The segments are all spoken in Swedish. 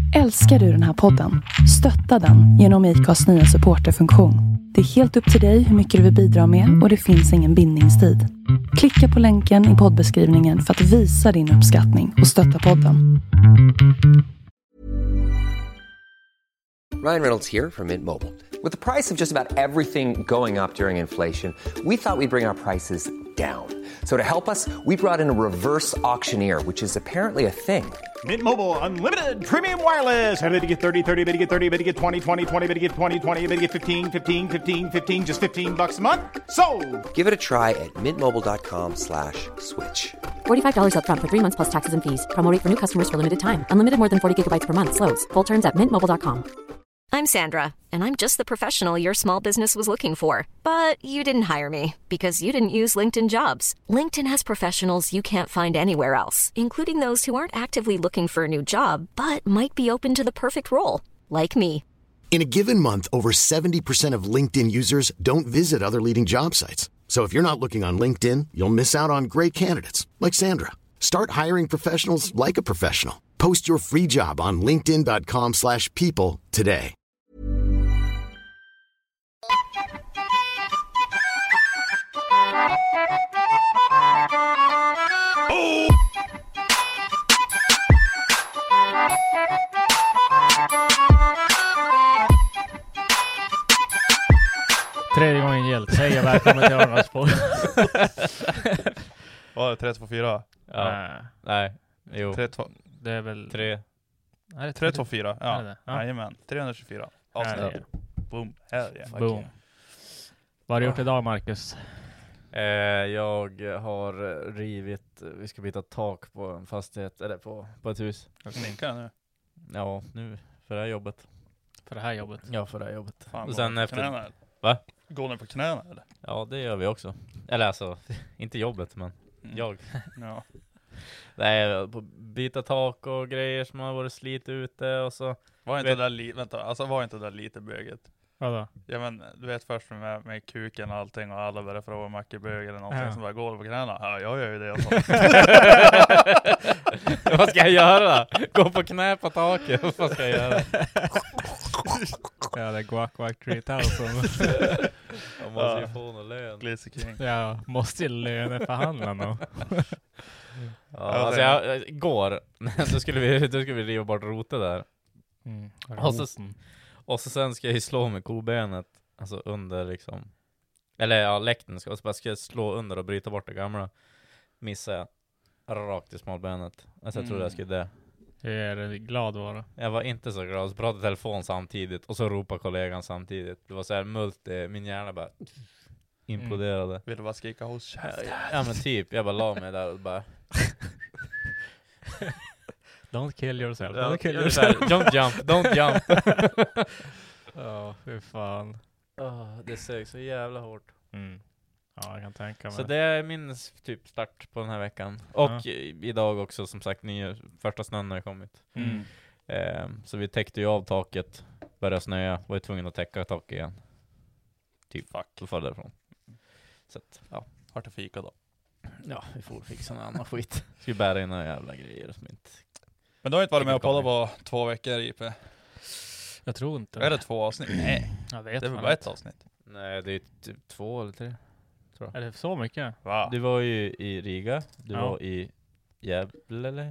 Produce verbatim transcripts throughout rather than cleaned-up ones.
Älskar du den här podden? Stötta den genom I C A:s nya supporterfunktion. Det är helt upp till dig hur mycket du vill bidra med och det finns ingen bindningstid. Klicka på länken i poddbeskrivningen för att visa din uppskattning och stötta podden. Ryan Reynolds here from Mint Mobile. With the price of just about everything going up during inflation, we thought we'd bring our prices down. So to help us, we brought in a reverse auctioneer, which is apparently a thing. Mint Mobile Unlimited Premium Wireless. How to get thirty, thirty, how to get thirty, how to get twenty, twenty, twenty, how to get twenty, twenty, how to get fifteen, fifteen, fifteen, fifteen, just fifteen bucks a month? Sold! Give it a try at mintmobile.com slash switch. forty-five dollars up front for three months plus taxes and fees. Promo rate for new customers for limited time. Unlimited more than forty gigabytes per month. Slows full terms at mint mobile dot com. I'm Sandra, and I'm just the professional your small business was looking for. But you didn't hire me because you didn't use LinkedIn Jobs. LinkedIn has professionals you can't find anywhere else, including those who aren't actively looking for a new job, but might be open to the perfect role, like me. In a given month, over seventy percent of LinkedIn users don't visit other leading job sites. So if you're not looking on LinkedIn, you'll miss out on great candidates like Sandra. Start hiring professionals like a professional. Post your free job on linkedin dot com slash people today. Tredje gången gällt. Hej och välkommen till Arnoldsborg. Var det tre två fyra? Ja. Nej. Nej. Jo. tre två Det är väl... tre. Nej, tre två fyra. Ja. Ja. Jajamän. trehundratjugofyra. Avsnitt. Ja, ja. Boom. Hell yeah. Boom. Vad har du gjort idag, Marcus? Eh, jag har rivit, vi ska byta tak på en fastighet, eller på, på ett hus. Jag sninkar nu. Ja, nu, för det här jobbet. För det här jobbet? Ja, för det här jobbet. Fan, och sen efter... knäna, eller? Va? Går ni på knäna, eller? Ja, det gör vi också. Eller alltså, inte jobbet, men Mm. jag. Ja. Nej, på byta tak och grejer som har varit slit ute och så. Var inte Vet- det där li- vänta, alltså var inte det där lite böget? Vadå? Ja, men du vet först med, med kuken och allting och alla börjar fråga om mackebög eller någonting Ja. som bara går på knäna. Ja, jag gör ju det. Alltså. Vad ska jag göra? Gå på knä på taket. Vad ska jag göra? Ja, det är Guac Guac tre tusen. Jag måste ju få någon lön. Glitzy King. Ja, måste ju löneförhandla nå. Ja, alltså jag, igår, då skulle vi, då skulle vi riva bort roten där. Mm. Och så, och så sen ska jag ju slå med kobenet, alltså under liksom, eller ja, läkten ska, och så bara ska jag slå under och bryta bort det gamla. Missade jag rakt i smalbenet. Alltså jag Mm. trodde jag skulle dö. Hur är du glad var det? Jag var inte så glad, så pratade telefon samtidigt och så ropade kollegan samtidigt. Det var så här multi, min hjärna bara imploderade. Vill du bara skrika hos Ja, käft? ja men typ, jag bara la mig där och bara Don't kill yourself. Ja, Don't kill jag är så här, yourself. don't jump, don't jump. Ja, fy fan. Oh, det sög så jävla hårt. Mm. Ja, jag kan tänka mig. Så det är min s- typ start på den här veckan. Och Ja. i- idag också som sagt, nya, första snön har kommit. Mm. Ehm, så vi täckte ju av taket, började snöa, var ju tvungen att täcka taket igen. Typ, Fuck. så fall därifrån. Så att, ja. Vart det fika då? Ja, vi får fixa någon annan skit. Ska vi bära in några jävla grejer som inte... Men du har inte varit med och Vilken poddat på två veckor, I P. Jag tror inte Är det två avsnitt? Nej, Jag vet det är väl fan bara inte. ett avsnitt. Nej, det är typ två eller tre. Är det så mycket? Va? Du var ju i Riga, du Ja. var i Gävle eller?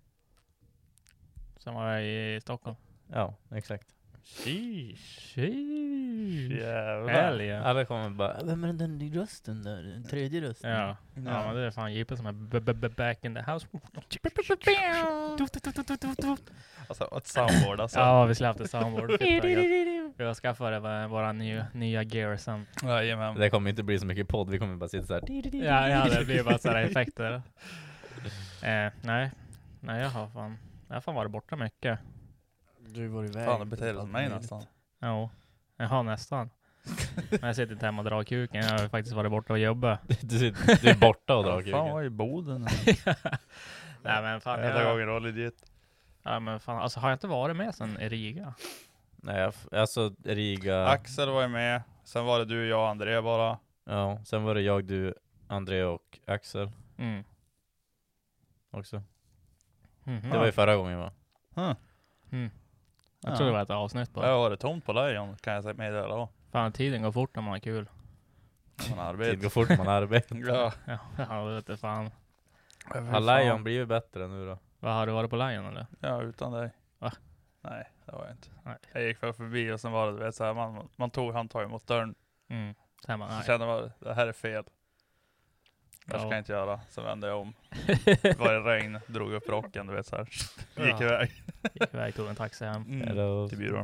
Sen var jag i Stockholm. Ja, exakt. Sheesh. Jävlar. Älgen. Alla kommer bara, vem är den där rösten där? Den tredje rösten? Ja. Ja, men det är fan J P som är b- b- b- back in the house. Alltså, ett soundboard alltså. Ja, vi släppte soundboard. Vi har skaffat det våra nya, nya gear sen. Jajamän. Det kommer inte bli så mycket podd, vi kommer bara sitta så här. Ja, ja, det blir bara sådana effekter. Eh, nej. Nej, jag har fan... Jag har fan varit borta mycket. Du var iväg. Fan, det beter dig som mig nästan. Jo, jag har nästan. Men jag sitter inte hemma och drar kuken. Jag har faktiskt varit borta och jobbat. Du, sitter- du är borta och drar Fan, kuken. var i Boden. Nej, men fan... Hela Jag, gången var legit. ja, men fan, alltså har jag inte varit med sen i Riga? Nej, jag f- alltså Riga. Axel var ju med. Sen var det du, jag och André bara. Ja, sen var det jag, du, André och Axel Mm. också. Mhm. Det var ju förra gången va? Huh. Mm. Jag tror det var ett avsnitt på. Jag har varit tomt på Lion, kan jag säga meddela då. Fan, tiden går fort när man har kul. Man arbetar. Tiden går fort när man arbetar. Ja. Ja, jag vet inte fan. Har Lion blivit bättre nu då? Vad har du varit på Lion eller? Ja, utan dig. Va? Nej, det var jag inte. Nej. Jag gick för förbi och sen var det, du vet, så här, man, man tog handtaget mot dörren. Mm. Sen man, Så nej. kände man, det här är fel. Det Ja. ska jag inte göra. Så vände jag om. Det var det regn, drog upp rocken, du vet så här. Gick Ja. iväg. Gick iväg, tog en taxi hem. Mm. Hello. Till byrån.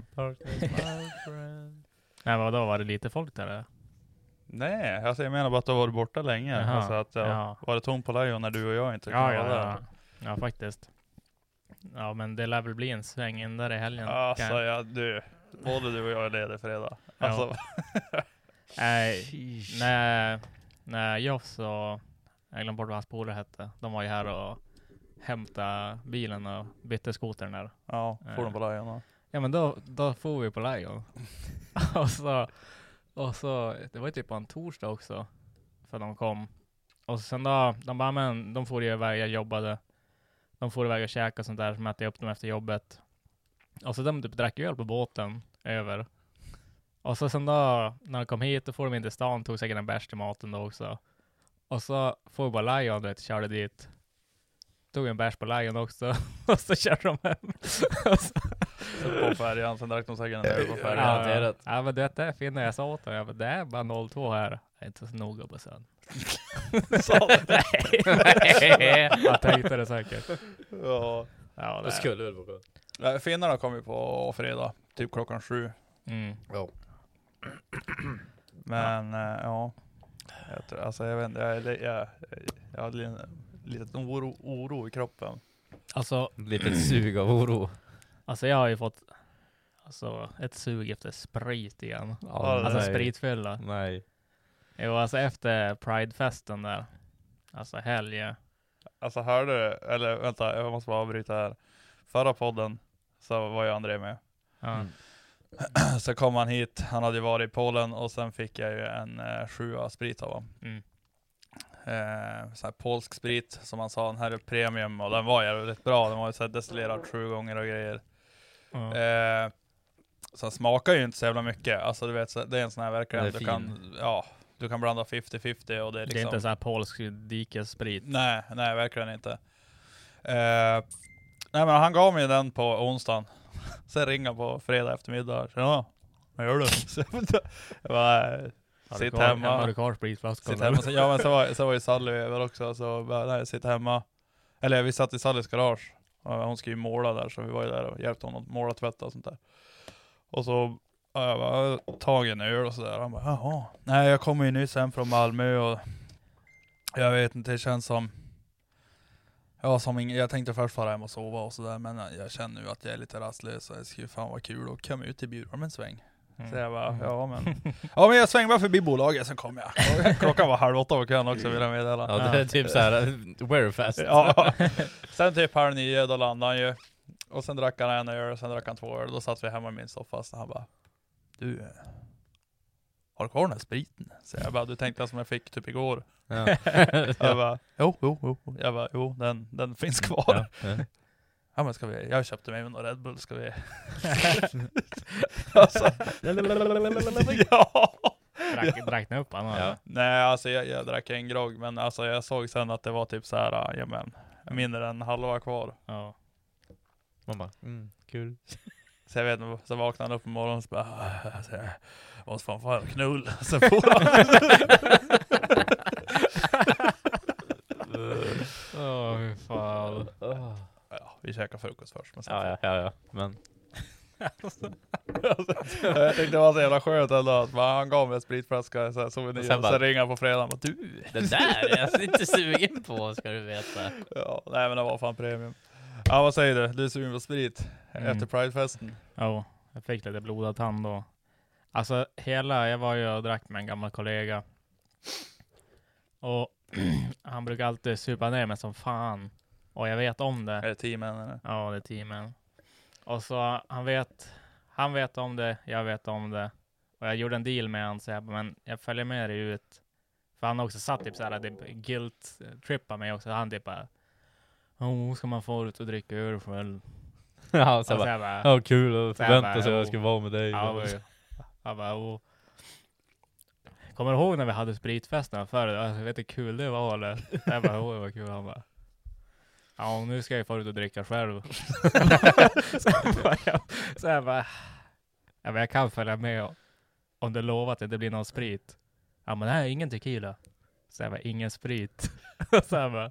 Nej, vad då var det lite folk där? Eller? Nej, alltså jag menar bara att du har varit borta länge. Jaha. Alltså att jag Ja. var det tom på Lion när du och jag inte Ja, kunde ja, vara ja. där. Ja, faktiskt. Ja, men det lär väl bli en sväng in där i helgen. Alltså Kan- ja, du. Både du och jag är ledig fredag. Ja. Alltså, Nej, när, när Joss och jag glömde bort vad hans polare hette. De var ju här och hämtade bilen och bytte skotern där. ja, får de på Lion då. Ja, men då, då får vi på Lion. och, så, och så, det var ju typ på en torsdag också. För de kom. Och sen då, de bara, men de får ju iväg, jag jobbade. De får iväg och käka och sånt där. Så mätte jag upp dem efter jobbet. Och så de typ drack öl på båten över. Och så sen då, när de kom hit, då får de in till stan, tog säkert en bärs till maten då också. Och så får vi bara Lion, du vet, körde dit. Tog en bärs på Lion också. Och så körde de hem. Och så, Så på färjan, sen drack de säkert en öl på färjan. Ja, det är rätt. Ja, men det är fint när jag sa åt dem. Jag bara, det är bara noll två här. Jag är inte så noga på sen. Nej, jag tänkte det säkert. Ja. Ja, Det det skulle väl vara. Nej, finnarna kom ju på fredag, typ klockan sju. mm. Ja. Men ja, ja jag, tror, alltså, jag vet inte, jag, jag, jag, jag hade en liten oro, oro i kroppen. Alltså, Lite sug av oro. alltså jag har ju fått alltså, ett sug efter sprit igen. Ja, Alltså nej. spritfylla. Nej. Jo, alltså efter Pride-festen där. Alltså helg. Alltså hörde du, eller vänta, jag måste bara avbryta här. Förra podden så var ju André med. Ja. Mm. Så kom han hit, han hade ju varit i Polen och sen fick jag ju en eh, sjua sprit av honom. Mm. Eh, så här polsk sprit som han sa, den här är premium och den var ju rätt bra. Den var ju så här destillerad sju gånger och grejer. Ja. Eh, så den smakar ju inte så jävla mycket. Alltså du vet, så det är en sån här verkligen, Det är du fin. kan, ja, du kan blanda femtio femtio och det är liksom... Det är inte så här polsk dikessprit. Nej, nej verkligen inte. Eh, nej men han gav mig den på onsdagen. Sen ringa på fredag eftermiddag. Ja, vad gör du? Så jag bara, Har du sitt kvar- hemma. Har du kvar spritflaskan? Sitt hemma. Så, ja men så var, så var ju Sally över också. Så bara, nej, sitt hemma. Eller vi satt i Sallys garage. Och hon skulle ju måla där. Så vi var ju där och hjälpte honom att måla, tvätta och sånt där. Och så ja, jag bara, tag en öl och sådär. Han bara, jaha. Nej jag kommer ju nyss hem från Malmö och jag vet inte, det känns som ja, som ing- jag tänkte först fara hem och sova och sådär, men jag känner nu att jag är lite rastlös och det skulle fan vara kul att komma ut i Bjurholm en sväng. Mm. Så jag bara, ja men ja men jag svänger bara förbi bolaget, sen kom jag. Klockan var halv åtta på kvällen också, vill jag meddela. Ja, det är typ så här Wearfest. Ja. Sen typ halv nio, då landade han ju. Och sen drack han en öl, och sen drack han två öl. Då satt vi hemma i min soffa, så han bara, du, har du kvar den här spriten? Så jag bara, du tänkte som jag fick typ igår. Ja. Jag bara, jo, jo, jo. Jag bara, jo, den, den finns kvar. Ja, ja. Ja men ska vi, jag köpte mig någon Red Bull, ska vi... alltså, ja. Drack, drack ni upp han? Ja. Nej alltså jag, jag drack en grogg, men alltså jag såg sen att det var typ så här, ja men mindre än halva kvar. Ja. Man bara, mm, kul. Så jag vet inte, så vaknade han upp på morgonen och så bara, "Ah, alltså, jag måste fan få en knull." Så får han. Åh, hur fan. Ja, vi käkar frukost först. Men sen Ja, ja, ja, ja. Men jag tänkte det var så jävla skönt ändå att man, han gav mig en spritflaska så här, så vi Och sen, sen bara- sen ringer han på fredagen och du. det där är jag inte sugen på, ska du veta. Ja, nej men det var fan premium. Ja, vad säger du? Du är sugen på sprit Mm. efter Pridefesten? Ja, jag fick lite blodad tand då. Alltså hela, jag var ju och drack med en gammal kollega. Och han brukar alltid supa ner mig som fan. Och jag vet om det. Är det teamen eller? Ja, det är teamen. Och så han vet, han vet om det, jag vet om det. Och jag gjorde en deal med han, så jag bara, men jag följer med dig ut. För han har också satt typ såhär, typ guilt-trippa mig också. Han typ bara, oh, ska man få ut och dricka öl själv? Ja, så Och bara, jag bara, ja kul att så jag förvänta bara, sig att jag oh. ska vara med dig. ja, och, jag bara, oh. Kommer du ihåg när vi hade spritfesten förr? Jag vet inte hur kul det var eller? Jag bara, oh, det var kul. Han bara, ja, nu ska jag få ut och dricka själv. så jag bara, jag, så jag bara, ja, men jag kan följa med om du lovar att det inte blir någon sprit. Ja, men nej, ingen tequila. Så jag bara, ingen sprit. så jag bara,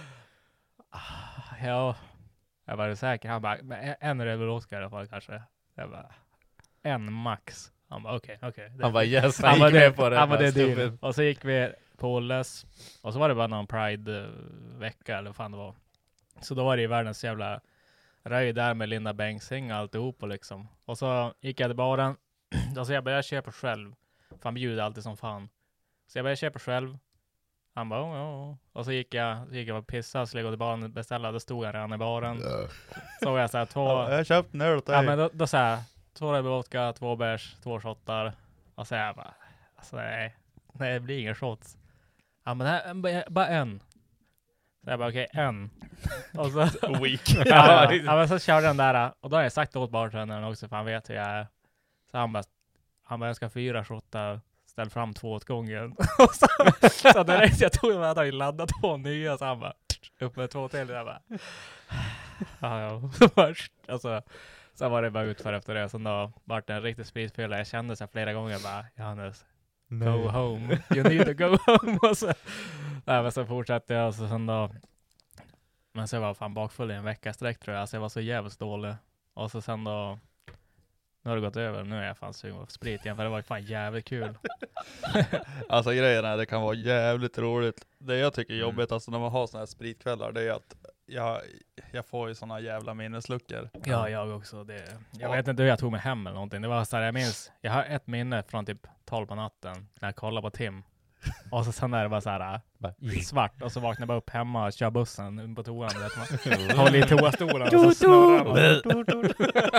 ja, jag var säker. Han bara, men en Red Bull Oscar i alla fall kanske. Jag bara, en max. Han bara, okej, okay, okej. Okay. Han bara, yes, han gick var med det, på det. Han var det Stupid. deal. Och så gick vi på Olles. Och så var det bara någon Pride-vecka eller vad fan det var. Så då var det ju världens jävla röj där med Linda Bengtzing och alltihop och liksom. Och så gick jag till baren. Och så jag började köpa själv. För han bjuder alltid som fan. Så jag började köpa själv. Han bara, oh, oh. Och så gick jag, så gick jag och pissade, så jag gå till baren och beställa. Då stod jag redan i baren. Så jag så här, två... Ja, jag köpte en öl åt dig. Ja, men då, då så här, två Red Bull vodka, två bärs, två shottar. Och så jag bara, alltså nej, nej det blir ingen shots. Ja, men det här, bara, bara en. Så jag bara, okej, okay, en. Och så... Weak. ja, ja, ja, men så körde den där, och då har jag sagt åt bartendern också, för han vet hur jag är. Så han bara, han bara, jag ska fyra shottar. Ställ fram två åt gången. Och så, så direkt jag tog dem, hade jag laddat två nya, så han bara, upp med två till. Jag bara, ja, ja. Alltså, så var det bara utför efter det. Så då var det en riktigt spritfylla. Jag kände så flera gånger bara, Johannes, Nej. go home. You need to go home. Och så, nej, men så fortsatte jag. Och så sen då, men så var jag fan bakfull i en vecka sträck tror jag. Alltså jag var så jävligt dålig. Och så sen då, nu har det gått över. Nu är jag fan sugen på sprit igen. För det var fan jävligt kul. Alltså grejen är, det kan vara jävligt roligt. Det jag tycker är Mm. jobbigt, alltså när man har såna här spritkvällar, det är att jag, jag får ju såna jävla minnesluckor. Ja, jag också. Det, jag Ja. vet inte hur jag tog mig hem eller någonting. Det var så här, jag minns, jag har ett minne från typ tolv på natten när jag kollade på Tim. Och så sen är det bara så här svart. Och så vaknade jag bara upp hemma och kör bussen på toan. Vet man. Håller i toastolen och så snurrar man.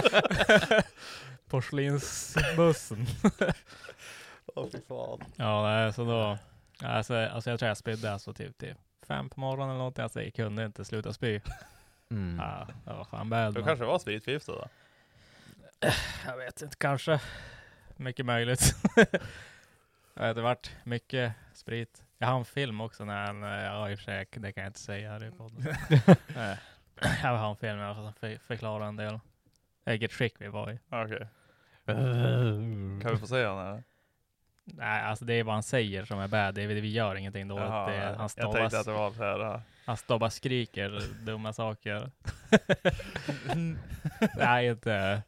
Porslinsbussen. Åh fy fan. Ja, nej, så då, alltså, alltså jag tror jag spydde alltså typ till fem på morgonen eller någonting. Alltså jag kunde inte sluta spy. Mm. Ja, det var fan bad. Du man. kanske var spritförgiftad då? Jag vet inte, kanske. Mycket möjligt. Jag vet, det varit mycket sprit. Jag har en film också när, när jag i och för sig, det kan jag inte säga här i podden. Nej. Jag har en film i alla fall som för, förklarar en del. Vilket skick vi var i. Okej. Kan vi få säga den här? Nej, alltså det är vad han säger som är bad. Det är, vi gör ingenting dåligt. Jaha, Det är, han, jag står tänkte bara, att det var så här. Ja. han står bara skriker dumma saker. Nej, inte.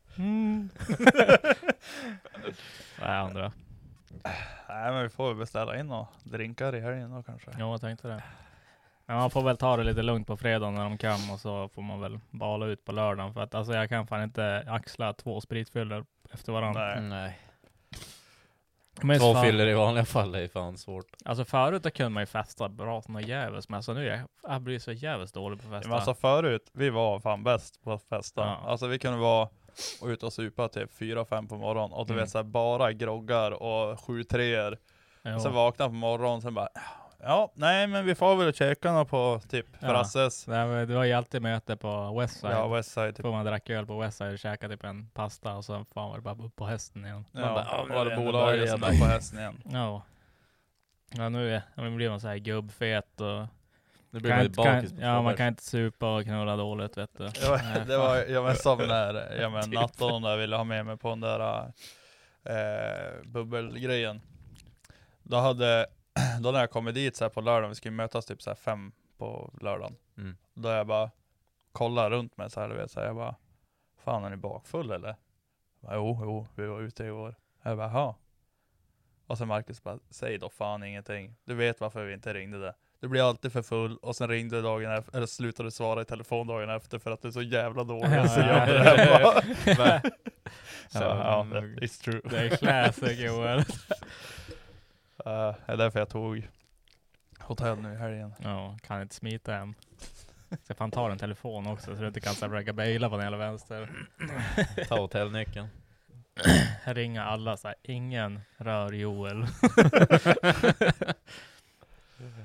Vad är andra? Nej, men vi får väl beställa in och drinkar i helgen då kanske. Ja, jag tänkte det. Men man får väl ta det lite lugnt på fredag när de kan, och så får man väl bala ut på lördagen. För att alltså, jag kan fan inte axla två spritfyllor efter varandra. Nej. Nej. Men Två fan, fyller i vanliga fall är fan svårt. alltså förut då kunde man ju festa bra som något jävligt. Men alltså nu är jag, jag blir så jävligt dålig på festa. Men alltså förut, vi var fan bäst på att festa. Ja. Alltså vi kunde vara och ut och supa till fyra fem på morgonen. Och du Mm. vet så här, bara groggar och sju treor. Jo. Och sen vakna på morgonen sen bara, ja, nej men vi får väl käka något på typ Ja. Frasses. Nej, men det var ju alltid möte på Westside. Ja, Westside typ. Får man drack öl på Westside och käka typ en pasta, och så fan var det bara upp på hästen igen. Ja, Man bara, ja, var det nu är det bolaget ändå som börjat. var på hästen igen. Ja. Ja, nu är nu blir man så här gubbfet och Nu blir kan man ju inte, kan, bakis på ja, man två kan inte supa och knulla dåligt, vet du. Ja, Nej, det var fan. ja, men som när ja, men Natta och de där ville ha med mig på den där eh, bubbelgrejen. Då hade då när jag kom dit så här på lördagen, vi skulle mötas typ så här fem på lördagen. Mm. Då jag bara kollade runt mig så här, du vet så här, jag bara, fan är ni bakfull eller? Jag bara, jo, jo, vi var ute igår. Jag bara, ja. Och sen Marcus bara, säg då fan ingenting. Du vet varför vi inte ringde det. Du blir alltid för full och sen ringde dagen efter, eller slutade svara i telefon dagen efter för att du är så jävla dålig. Ja, så ja, gör det ja, här ja. bara. Så, Ja, ja, it's true. Det är classic, Joel. Uh, det är därför jag tog hotell nu i helgen. Ja, kan inte smita hem. Så fan tar en telefon också så du inte kan braka baila på den hela vänster. Ta hotellnyckeln. Ringa alla så här, ingen rör Joel.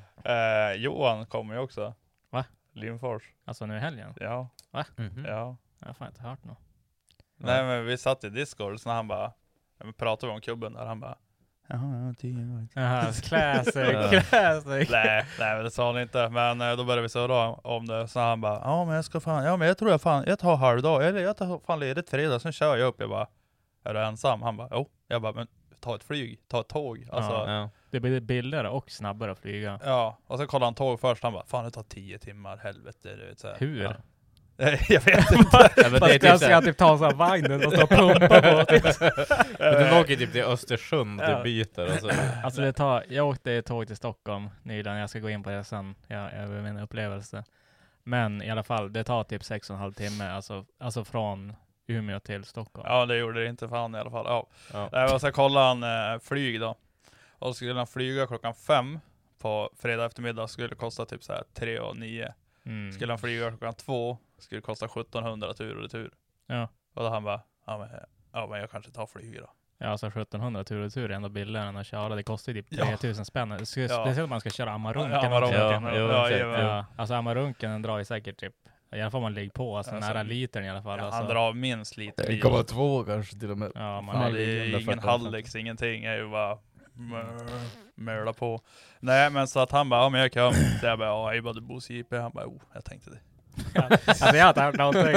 Uh, Johan kommer ju också. Va? Lindfors. Alltså nu i helgen. Ja. Va? Mhm. Ja. Jag har fan inte hört något. Nej, men vi satt i Discord, så när han bara, vi pratade om klubben där, han bara, jaha, tio. Jaha, classic, classic. Nej, nej, men det sa han inte. Men eh, då började vi surra om det. Så han bara, ja men jag ska fan, ja men jag tror jag fan, jag tar halvdag, eller jag tar fan ledigt fredag, sen kör jag upp. Jag bara, är du ensam? Han bara, jo. Jag bara, men ta ett flyg, ta ett tåg. Alltså, ja, ja. Det blir billigare och snabbare att flyga. Ja, och sen kollade han tåg först, han bara, fan det tar tio timmar, helvete. Du vet, så här. Hur? Ja. Jag vet inte. Ja, men det är typ ska typ ta så här vagnen och stå och pumpa på. Du åker typ till Östersund, ja. Du byter och så. Alltså det tar, jag åkte tåg till Stockholm nyligen, jag ska gå in på det sen, jag, över min upplevelse. Men i alla fall, det tar typ sex och en halv timme, alltså, alltså från Umeå till Stockholm. Ja, det gjorde det inte fan i alla fall. Ja. Ja. Nej, och så kollade han eh, flyg då. Och så skulle han flyga klockan fem på fredag eftermiddag, skulle kosta typ så här tre och nio. Mm. Skulle han flyga klockan två, skulle kosta sjuttonhundra tur och retur. Ja. Och då han bara, ja men, ja men jag kanske tar flyg då. Ja, alltså sjuttonhundra tur och retur är ändå billigare än att köra. Det kostar typ tre tusen spänn. Det ska, ja. Speciellt om man ska köra Amarunken. Ja, Amarunken. Ja, ja, ja, ja. Alltså Amarunken, den drar ju säkert typ, i alla fall man ligger på, alltså, alltså nära litern i alla fall. Ja, alltså. Han drar minst liter. en komma två kanske till och med. Ja, man ja, det är ingen Hallex, ingenting. är ju bara möla på. Nej, men så att han bara, ja men jag kan. Så jag bara, ja, jag bara, du bor i I P. Han bara, oh, jag tänkte det. Alltså jag har inte hört någonting.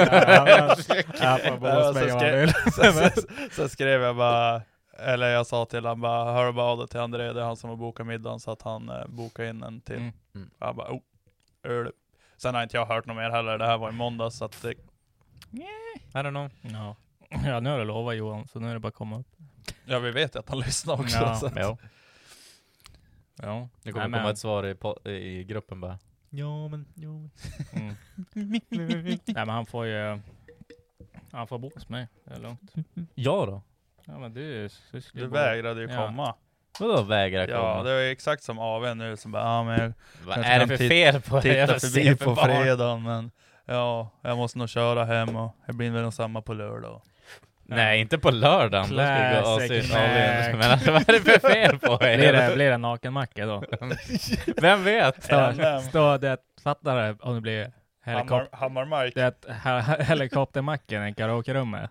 Så skrev jag bara, eller jag sa till han bara, hör bara av det till André, det är han som har bokat middagen, så att han eh, bokar in en till. Mm. Mm. Han bara, oh, öl. Sen har inte jag hört något mer heller, det här var i måndag, så att det... I don't know. No. Ja, nu har du lovat Johan, så nu är det bara att komma upp. Ja, vi vet att han lyssnar också. Ja, så. ja. Ja. Det kommer Nej, komma ett svar i, po- i gruppen bara. Ja, men... Ja, men. Mm. Nej, men han får ju... Han får boka med. Det är lugnt. Ja då? Ja, men du... Du vägrade ju ja. komma. Vadå vägra komma? Ja, det var exakt som A V nu som bara, ja men jag... Vad är det för fel på det? Titta förbi på fredagen, men... Ja, jag måste nog köra hem och det blir väl samma på lördag. Nej, inte på lördagen. Classic, då ska vi gå men alltså, vad är det för fel på er? Blir det, blir det nakenmacka då? Vem vet? Stå, stå det, fattar det om det blir helikopter... Hammar, Hammar det he, helikoptermacken i karaokerummet.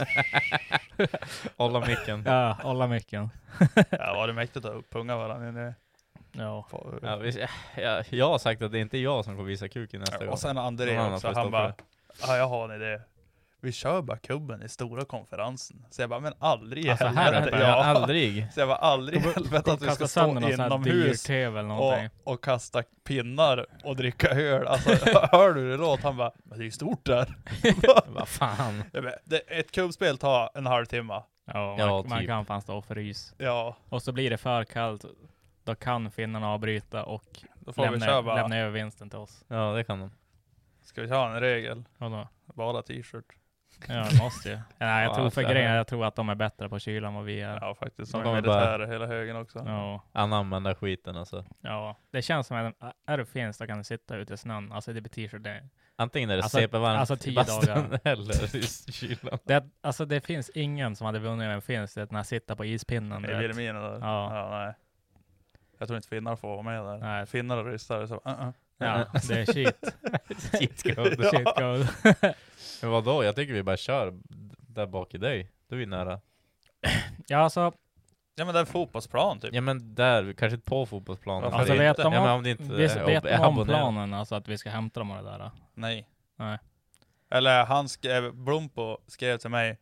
Hålla micken. Ja, hålla micken. Ja, var det mäktigt att punga varandra? Ja. Ja, vi, ja, jag har sagt att det är inte jag som kommer visa kuken nästa ja, gång. Och sen André också, han bara, ja jag har en idé. Vi kör bara kubben i stora konferensen. Så jag bara, men aldrig i alltså, helvete. Här, ja. aldrig. Så jag bara, aldrig i helvete att vi ska stå inomhus och, och kasta pinnar och dricka öl. Alltså, hör du det låt? Han bara, men det är ju stort där. Vad fan? Det, ett kubbspel tar en halvtimme. Ja, man, ja, man typ. kan fan stå och frys. Ja. Och så blir det för kallt. Då kan finnarna avbryta och då får lämna, vi köra bara. lämna över vinsten till oss. Ja, det kan de. Ska vi ha en regel? Vadå? Bara t-shirt. Ja, det måste ju. Ja, jag ja, tror för grejen, jag tror att de är bättre på kyla än vad vi är. Ja, faktiskt. De är militärer hela högen också. Ja. Anamma den skiten alltså. Ja, det känns som att är det finns då kan du sitta ute i snön. Alltså det blir t-shirt det. Antingen är det alltså, C P-varmt alltså tio dagar. eller i kylan. Det, alltså det finns ingen som hade vunnit med finns det när jag sitter på ispinnen. I Vilhelmina där? Ja. Ja, nej. Jag tror inte finnar får vara med där. Nej. Finnar och ryssar så, uh-uh. Ja, det är shit. Cheat code. Cheat code. Men vadå? Jag tycker vi bara kör där bak i dig. Du är vi nära. Ja, alltså... Ja, men det är fotbollsplan typ. Ja, men där, kanske inte på fotbollsplanen. Alltså vet de om, ja, om det inte visst, är, vet de om abonnerar. planen, alltså att vi ska hämta dem och det där? Nej. Nej. Eller han skrev, Blompo skrev till mig,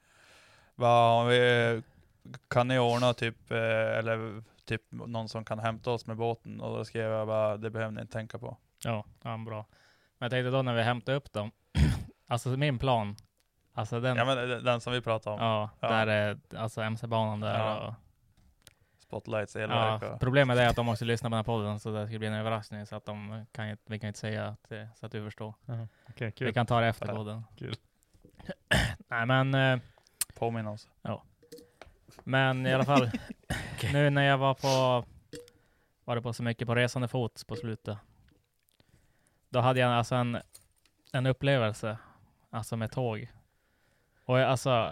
vad vi kan ni ordna typ, eller typ någon som kan hämta oss med båten, och då skrev jag bara, det behöver ni inte tänka på. Ja, ja, bra. Men jag tänkte då när vi hämtar upp dem, alltså min plan, alltså den... Ja, men den som vi pratade om. Ja, ja. Där är alltså M C-banan där ja. och... Spotlights, elverk. Ja, problemet är att de måste lyssna på den här podden, så det ska bli en överraskning, så att de kan inte, vi kan inte säga att det, så att du förstår. Uh-huh. Okay, kul. Vi kan ta det efter podden. Kul. Nej, men... Eh, Påminna oss. Ja. Men i alla fall, nu när jag var på... Var det på så mycket på resande fot på slutet. Då hade jag alltså en, en upplevelse, alltså med tåg. Och jag, alltså...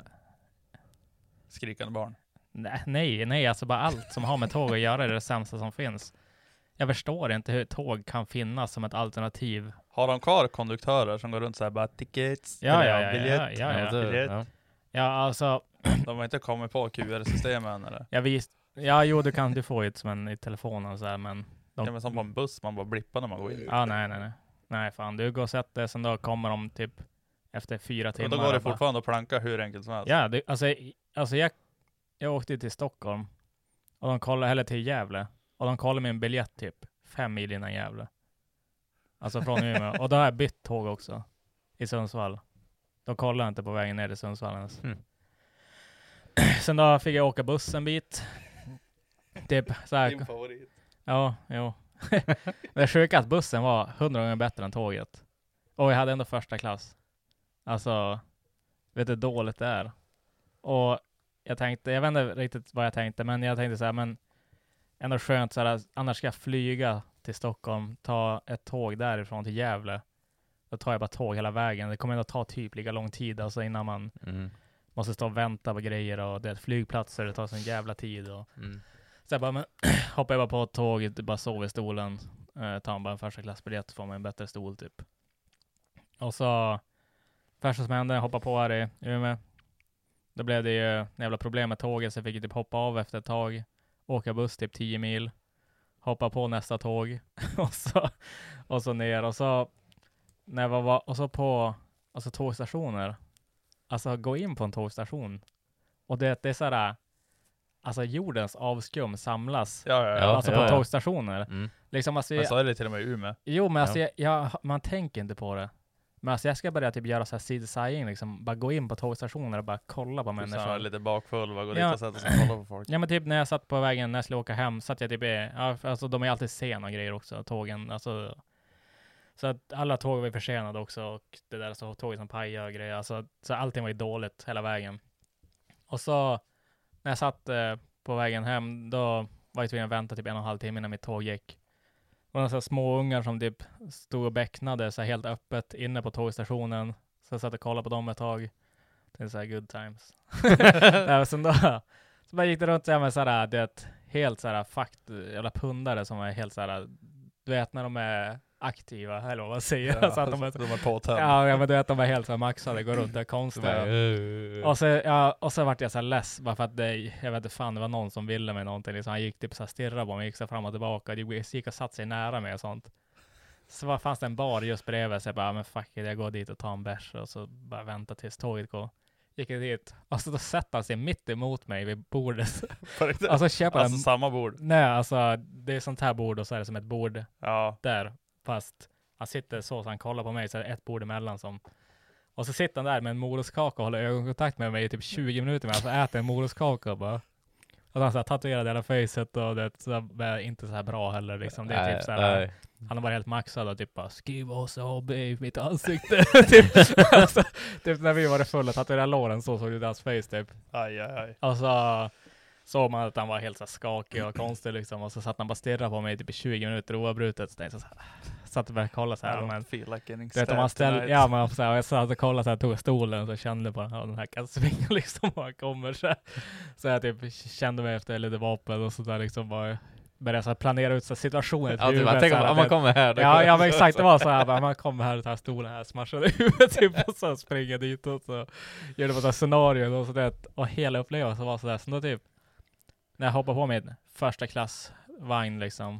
Skrikande barn. Nej, nej, nej, alltså bara allt som har med tåg att göra är det sämsta som finns. Jag förstår inte hur tåg kan finnas som ett alternativ. Har de kvar konduktörer som går runt så här bara tickets? Ja, eller ja, ja, biljett? ja, ja, ja. biljett. Ja. Ja, alltså... De har inte kommit på Q R-systemen eller? Jag visst... Ja, jo, du kan du få ett som en i telefonen och så här, men... De... Ja, men som på en buss, man bara blippar när man går in. Ja, nej, nej, nej. Nej, fan. Du går och sätter det, sen då kommer de typ efter fyra timmar. Och då går det bara... fortfarande att planka hur enkelt som helst. Ja, det, alltså, alltså jag, jag åkte till Stockholm och de kollade, eller till Gävle, och de kollade min biljett typ fem mil innan Gävle. Alltså från Umeå. Och då har jag bytt tåg också i Sundsvall. De kollade inte på vägen ner till Sundsvall ens. Mm. Sen då fick jag åka buss en bit. Typ så här. Din favorit. Ja, jo. Det sjuka att bussen var hundra gånger bättre än tåget. Och jag hade ändå första klass. Alltså, vet du hur dåligt det är? Och jag tänkte, jag vet inte riktigt vad jag tänkte, men jag tänkte så här, men ändå skönt så här, annars ska jag flyga till Stockholm, ta ett tåg därifrån till Gävle. Då tar jag bara tåg hela vägen. Det kommer ändå ta typ lika lång tid alltså innan man Mm. måste stå och vänta på grejer och det är flygplatser, det tar sån jävla tid och Mm. så jag bara, men hoppar jag bara på tåget, bara sov i stolen, eh, tar bara en första klassbiljett, får man en bättre stol typ. Och så första som hände, hoppa på här i Umeå. Då blev det ju en jävla problem med tåget, så jag fick ju typ hoppa av efter ett tag, åka buss typ tio mil, hoppa på nästa tåg och så och så ner och så när jag var och så på alltså tågstationer. Alltså gå in på en tågstation och det, det är så här, alltså jordens avskum samlas Ja, ja, ja. alltså ja, på ja. tågstationer. Mm. Liksom alltså, Men så är det till och med i Umeå. jo men alltså Ja. jag, jag, man tänker inte på det. Men alltså jag ska börja typ göra så här seed-signing, liksom bara gå in på tågstationer och bara kolla på Typ så människor. här lite bakfull, bara gå Ja. dit och sätta sig och kolla på folk. Ja men typ när jag satt på vägen när jag skulle åka hem, satt jag typ i, ja, alltså de är alltid sena och grejer också, tågen, alltså så att alla tåg var försenade också och det där så tåget som pajar och grejer, alltså så allting var ju dåligt hela vägen. Och så när jag satt eh, på vägen hem, då var jag tvungen att vänta typ en och en halv timme innan mitt tåg gick. Och några så här små ungar som typ stod och bäcknade så här helt öppet inne på tågstationen. Så jag satt och kollade på dem ett tag. Det är så här good times. Nej, och sen då, så bara gick det runt så här med så här, det helt så här fakt, jävla pundare som är helt så här, du vet när de är aktiva, eller vad man säger. Ja, så att de är, de är påtänd. ja, ja, men du vet de är helt så här maxade, går runt där konstiga. Och så, ja, och så vart jag så här less, bara för att det, jag vet inte fan, det var någon som ville mig någonting. Liksom, han gick typ så här stirra på mig, gick så fram och tillbaka. Det gick och satt sig nära mig och sånt. Så var, fanns det en bar just bredvid, så jag bara, men fuck it, jag går dit och tar en bärs och så bara vänta tills tåget går. Gick jag dit, och så då sätter han sig mitt emot mig vid bordet. Och så köper Alltså han, samma bord. nej alltså det är sånt här bord och så är det som ett bord Ja. där. Fast han sitter så, så han kollar på mig, så är det ett bord emellan som... Och så sitter han där med en moroskaka och håller ögonkontakt med mig i typ tjugo minuter med, alltså äter en moroskaka och bara... Och han så här tatuerade hela facet och det så här, inte så här bra heller liksom. Det är typ så här, Nej. han har varit helt maxad och typ bara skriv oss A B i mitt ansikte. typ, alltså, typ när vi var fulla, tatuerade låren så såg det deras face typ. Aj, aj, aj. Och så såg man att han var helt så här skakig och konstig liksom. Och så satt han bara stirrade på mig i typ tjugo minuter oavbrutet. Så tänkte jag så här, satt och började kolla så här. I Men, don't feel like getting du vet om man stabbed ställer, tonight. ja men så här, och jag satt och kollade så här, tog stolen så kände på ja, den här kan svinga liksom och han kommer så här. Så jag typ kände mig efter lite vapen och så där liksom bara började så här planera ut så här situationer. Ja, du bara, tänk om om man kommer här. då Ja, kommer- ja men exakt, det var så här, bara, man kommer här och tar stolen här, smashar i huvudet typ och så springer dit och så gör det på så här scenarion och så där. Och hela upplevelsen var så där, så då typ när jag hoppade på min första klass vagn liksom.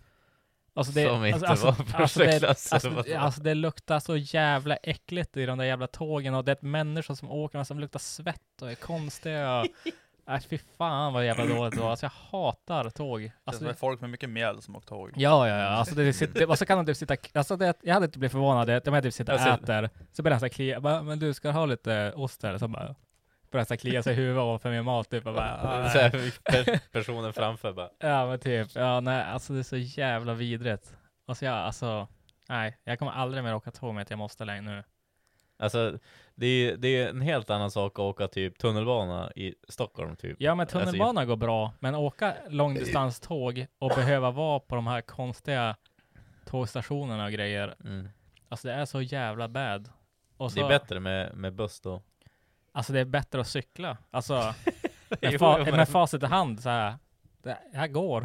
Alltså det, Som inte alltså, var alltså, första alltså, det, klass, alltså, eller vad? alltså det luktar så jävla äckligt i de där jävla tågen och det är människor som åker som luktar svett och är konstiga. Äh, fy fan vad jävla dåligt det var. Alltså jag hatar tåg. Det Alltså, är som folk med mycket mjäll som åkt tåg. ja, ja, ja. Alltså det, det, och så kan de typ sitta, alltså det, jag hade inte blivit förvånad, det, de hade typ sitta och Alltså- äter, så började han så här klia, bara, men du ska ha lite ost eller så bara, började så här klia sig i huvudet och för min mat typ och bara, ah, Så här, per- personen framför bara. ja men typ, ja nej, alltså det är så jävla vidrigt. Alltså jag, alltså, nej, jag kommer aldrig mer åka tåg med att jag måste längre nu. Alltså, det är, det är en helt annan sak att åka typ tunnelbana i Stockholm typ. Ja men Alltså, tunnelbana går bra, men åka långdistanståg och behöva vara på de här konstiga tågstationerna och grejer, Mm. alltså det är så jävla bad. Och så, Det är bättre med, med buss då. alltså det är bättre att cykla. Alltså, med, Jo, fa- men- med facit i hand så här, det här går.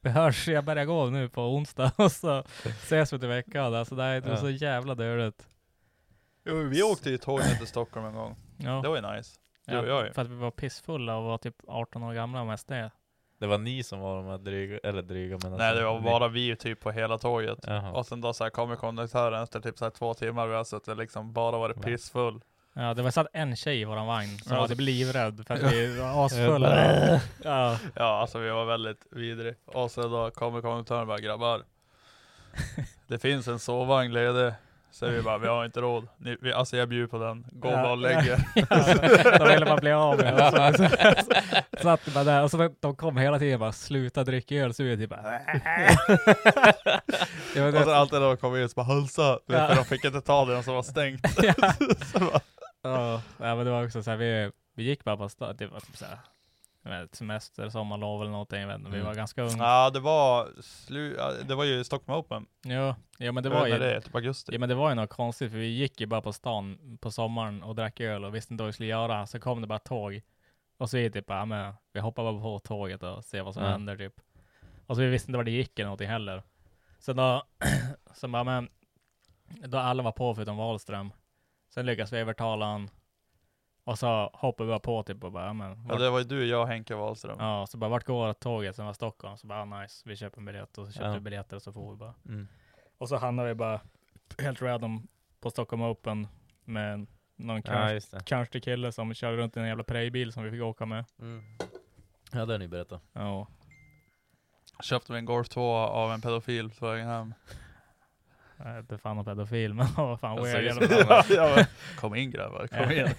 vi hörs, jag börjar gå nu på onsdag och så ses vi till veckan. Alltså det är Ja. så jävla dåligt. Jo, vi åkte ju tåg ner till Stockholm en gång. Ja. Det var ju nice. Du och Ja, jag ju. för att vi var pissfulla och var typ arton år gamla mest det. Det var ni som var de här dryga, eller dryga men Nej, alltså, det var ni- bara vi typ på hela tåget. Jaha. Och sen då så här kommer konduktören efter typ så här två timmar. Vi har suttit liksom bara varit Va? pissfull. Ja, det var satt en tjej i våran vagn som Ja. var typ livrädd för att vi var asfulla. Ja. Ja, alltså vi var väldigt vidrig. Och så då kommer konduktören och bara, grabbar. Det finns en sovvagn ledig. Så vi bara, vi har inte råd. Ni, vi, alltså jag bjuder på den. Gå Ja. bara och lägg er. Ja, de ville bara bli av med oss. Så, så, så satt vi bara där och så de, de kom hela tiden bara sluta dricka öl så vi typ bara det var Och så det. alltid då de kom in så bara hälsa. Du vet, Ja. för de fick inte ta den som var stängt. Ja. Så bara, Ja, ja, men det var också så här, vi, vi gick bara på stad, det var typ så här, jag vet, semester, sommarlov eller någonting, jag vet inte, vi Mm. var ganska unga. ja, det var slu, ja, det var ju Stockholm Open. Ja, ja men det Jag var vet ju när det är, typ augusti. ja, men det var ju något konstigt för vi gick ju bara på stan på sommaren och drack öl och visste inte vad vi skulle göra, så kom det bara tåg och så vi typ bara, men vi hoppar bara på tåget och ser vad som Ja. händer typ. Och så vi visste inte var det gick eller någonting heller. Så då så bara, men då alla var på förutom Wahlström. Sen lyckades vi övertala han. Och så hoppade vi bara på typ och bara, ja, men Ja, vart, det var ju du, jag och Henke Wahlström. ja, så bara vart går tåget? Sen var Stockholm. Så bara, ah, nice, vi köper en biljett och så köpte Ja. vi biljetter och så får vi bara. Mm. Och så hamnade vi bara helt random på Stockholm Open med någon Ja, kanske just det. kanske kille som körde runt i en jävla prejbil som vi fick åka med. Mm. Ja, det har ni berättat. Ja. Köpte vi en Golf två av en pedofil på vägen hem. Jag är inte fan någon pedofil, men vad fan Jag weird. såg i ut alla som fall. Ja, men, kom in grabbar, kom in.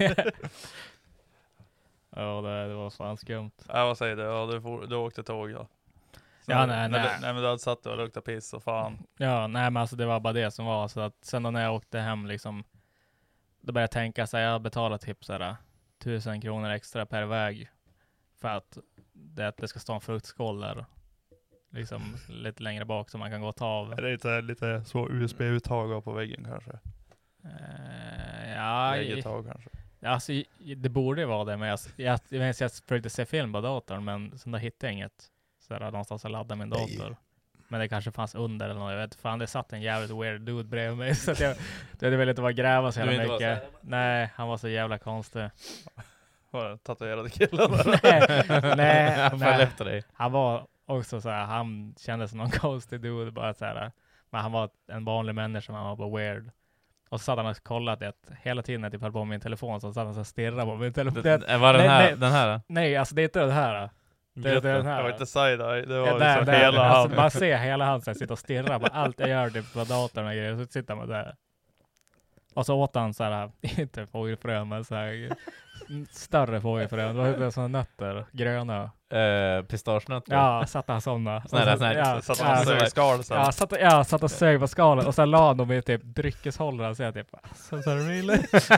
Ja, det, det var fan skumt. Ja, vad säger du? Ja, du, for, du åkte tåg ja. Så Ja, när- nej, när nej. Du, nej men du hade satt och luktade piss och fan. Ja, nej men alltså det var bara det som var. Så att sen då när jag åkte hem liksom, då började jag tänka så här, jag betalar typ så här tusen kronor extra per väg för att det, att det ska stå en fruktskål där. Liksom lite längre bak så man kan gå och ta av. Är det inte lite så U S B-uttag på väggen kanske? Eh, ja, i- Vägguttag kanske. alltså i- i- det borde vara det, men jag, jag, jag, jag, jag försökte se film på datorn, men sen då hittade jag inget. Så där någonstans att ladda min dator. Men det kanske fanns under eller något, jag vet fan, det satt en jävligt weird dude bredvid mig. Så att jag, jag ville inte bara gräva så Du jävla inte var mycket. så här- Nej, han var så jävla konstig. Var det tatuerade killen där? nej, nej, Han föll nej. efter dig. Han var också så här, han kändes som någon konstig dude, bara så här. Men han var en vanlig människa, men han var bara weird. Och så satt han och kollade att hela tiden när jag typ höll på med min telefon, så satt han så här stirrade på min telefon. Det, det, var den nej, här? nej. Den här? Nej, alltså det är inte det här. Det är den här. Det var inte side-eye, det var Ja, liksom där, där, hela alltså, handen. bara se hela han så sitta och stirra på allt jag gör typ på datorn och grejer, så sitter man där. Och så åt han så här, inte fågelfrön, men så här större fågelfrön. Det var typ sådana nötter, gröna. Eh, pistagenötter? Ja, satt han sådana. Såna här, såna här. Ja, Så att ja, man så- sög skal sen. Ja, satt, ja, satt och sög på skalet och sen la han dem i typ dryckeshållare, så jag typ, alltså, så really?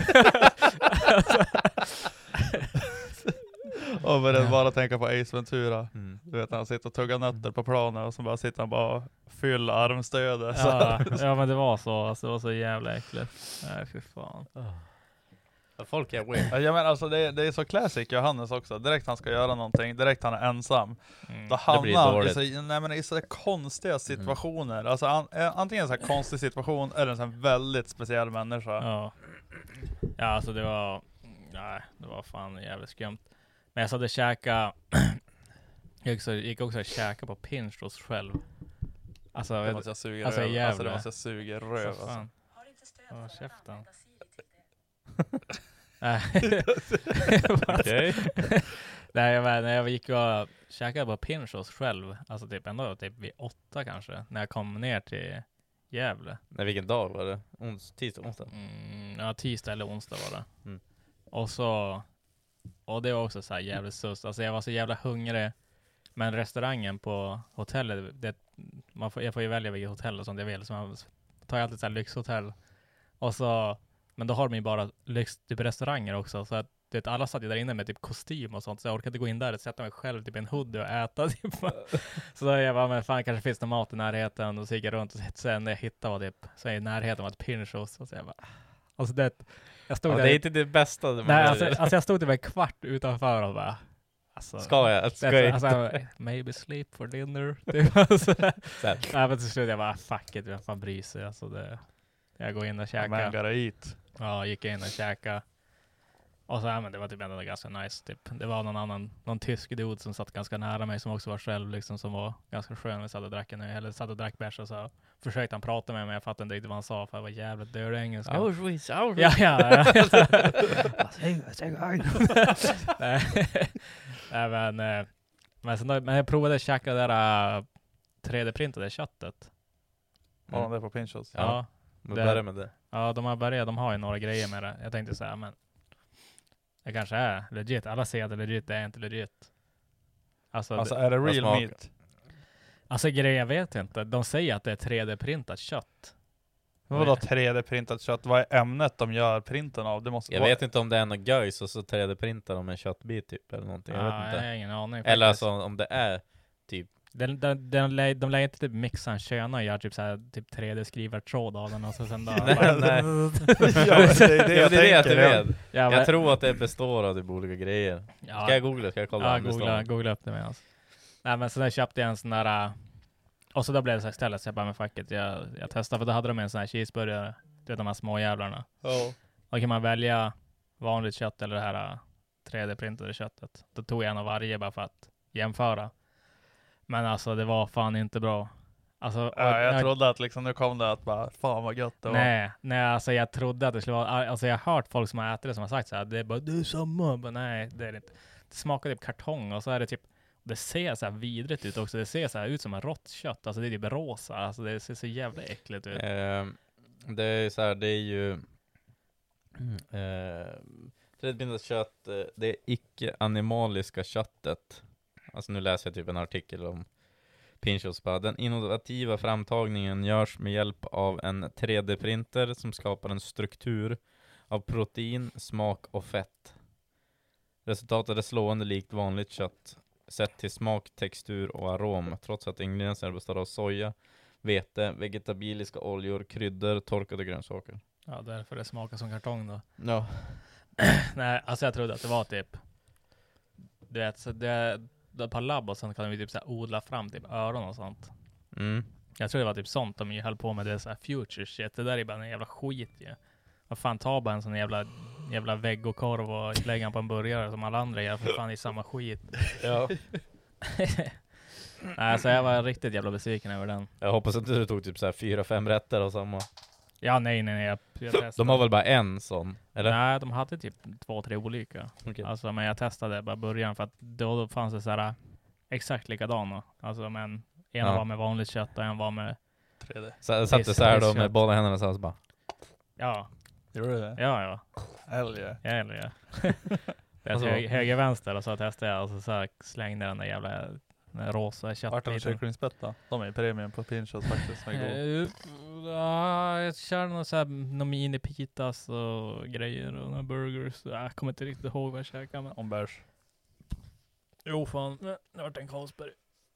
Och började bara tänka på Ace Ventura. Mm. Du vet när han sitter och tuggar nötter på planen och så bara sitter han bara och fyller armstödet. Så. Ja, ja, men det var så, alltså, det var så jävla äckligt. Nej, fy fan. Ja, folk är weird. Ja, men alltså det, är- det är så classic Johannes också. Direkt han ska göra någonting, direkt han är ensam. Mm. Då Det blir hamnar han i dåligt. så, nej, men i så konstiga situationer. Alltså an, eh, antingen en så här konstig situation eller en så här väldigt speciell människa. Ja. Ja, alltså det var, nej, det var fan jävligt skumt. Men jag satt och käka, jag också, gick också och käka på Pinchos själv. Alltså, Det vet- måste jag suga alltså, röv. Alltså jävlar. det måste jag suga röv. så Alltså. fan. Ja, käften. Nej. Okej. Nej, jag, vet, när jag gick och käkade på Pinchos själv, alltså typ ändå typ vid åtta kanske, när jag kom ner till Gävle. Nej, vilken dag var det? Ons, tisdag, onsdag? Mm, ja, tisdag eller onsdag var det. Mm. Och så, och det var också så här jävligt sus. Alltså jag var så jävla hungrig. Men restaurangen på hotellet, det, man får, jag får ju välja vilket hotell och sånt jag vill. Så man tar ju alltid så här lyxhotell. Och så, men då har de ju bara lyx, typ restauranger också. Så att det, alla satt ju där inne med typ kostym och sånt. Så jag orkade inte gå in där och sätta mig själv typ i en hoodie och äta. Typ. Så då jag bara, men fan kanske finns det mat i närheten. Och så gick jag runt och sen när jag hittade var typ, så i närheten var ett Pinchos. Och så jag bara, alltså det, jag stod Ja, där. det är inte det bästa. man Nej, gör. alltså, alltså jag stod typ en kvart utanför och bara, Alltså, Ska jag? Ska jag alltså, alltså, maybe sleep for dinner. Typ. Alltså, nej, men till slut jag bara, fuck it, vem fan bryr sig? Alltså, det, jag går in och käkar. Man gotta eat. Ja, gick in och käkade. Och så, ja, men det var typ ändå ganska nice. Typ. Det var någon annan, någon tysk idiot som satt ganska nära mig som också var själv liksom, som var ganska skön. Vi satt och drack en, eller satt och drack bärs och så försökte han prata med mig, men jag fattade inte riktigt vad han sa för jag var jävligt dålig engelska. Auschwitz, Auschwitz. Ja, ja. Nej. Nej, men, eh, men, sen då, men jag provade att käka det där uh, tre D-printade köttet. Har de det på Pinchos? Ja. Ja. Vi börjar med det. Ja, de har börjat, de har ju några grejer med det. Jag tänkte säga, men det kanske är legit. Alla säger att det är legit, det är inte legit. Alltså, Alltså det, är det real smakar? meat? alltså grejer jag vet inte. De säger att det är tre D-printat kött. Men vadå tre D-printat kött? Vad är ämnet de gör printen av? Det måste Jag vara... vet inte om det är något göjs och så tre D-printar de en köttbit typ eller någonting. Jag Ja, vet jag inte. har ingen aning. Eller faktiskt. alltså om det är typ. Den, den, den, lär- de lär inte typ mixa en köna och göra typ, såhär, typ tre D-skrivartråd av den och så sen då... Nej, bara- nej. Ja, det är det Ja, jag det är det jag tänker. vet. Ja, Jag men- tror att det består av typ olika grejer. ja, Ska jag googla? Ska jag kolla? Ja, om det står googla, något? googla upp det med oss. Nej, men så där köpte jag en sån där... äh, och så då blev det så här istället, så jag bara, men fuck it, jag, jag testade, för då hade de en sån här cheeseburgare. Du vet de här små jävlarna. Ja. Då kan man välja vanligt kött eller det här äh, tre D-printade köttet. Då tog jag en av varje bara för att jämföra. Men alltså, det var fan inte bra. Alltså, och- Ja, jag trodde att liksom, nu kom det att bara, fan vad gött det var. Nej, nej, alltså jag trodde att det skulle vara... Alltså jag har hört folk som har ätit det som har sagt så här, det är bara, det är samma. Men nej, det är det inte. Det smakar typ kartong och så är det typ, det ser så här vidrigt ut också. Det ser så här ut som en rått kött. Alltså det är typ rosa. Alltså det ser så jävla äckligt ut. Eh, det är så här, det är ju eh, tre D-printat kött, eh, det är icke-animaliska köttet. Alltså nu läser jag typ en artikel om Pinchos. Den innovativa framtagningen görs med hjälp av en tre D-printer som skapar en struktur av protein, smak och fett. Resultatet är slående likt vanligt kött sett till smak, textur och arom, trots att ingredienserna består av soja, vete, vegetabiliska oljor, kryddor, torkade grönsaker. Ja, därför det smakar som kartong då. Ja. Nej, alltså jag trodde att det var typ, du vet, så det, det på labb och sånt kan vi typ så här odla fram typ öron och sånt. Mm. Jag tror det var typ sånt de ju höll på med, det så här future shit. Det där är bara en jävla skit ju. Ja. Vad fan, ta bara en sån jävla jävla vegokorv och lägga på en burgare som alla andra gör, för fan i samma skit. Ja. Nej, så jag var riktigt jävla besviken över den. Jag hoppas inte du tog typ så här fyra, fem rätter och samma. Ja, nej, nej, nej. Jag, jag testade. De har väl bara en sån, eller? Nej, de hade typ två, tre olika. Okay. Alltså, men jag testade bara början för att då, då fanns det så här exakt likadana. Alltså, men en Ja. var med vanligt kött och en var med... tre D. Så jag satt det så här då med Kött. båda händerna så här så bara. Ja, Gjorde du det? ja, ja. Hell yeah. Ja, eller ja. Det är Alltså- höger, höger, vänster och så testade jag och så, så här slängde den där jävla den där rosa Vart har du köttbiten. kycklingspett då? De är premium på Pinchos faktiskt. Med god. Eh, Ja, jag kör någon så här, någon mini pitas och grejer och några burgers. Jag kommer inte riktigt ihåg vad jag käkade. Men... Om bärs. Jo, fan. Det har varit en Carlsberg.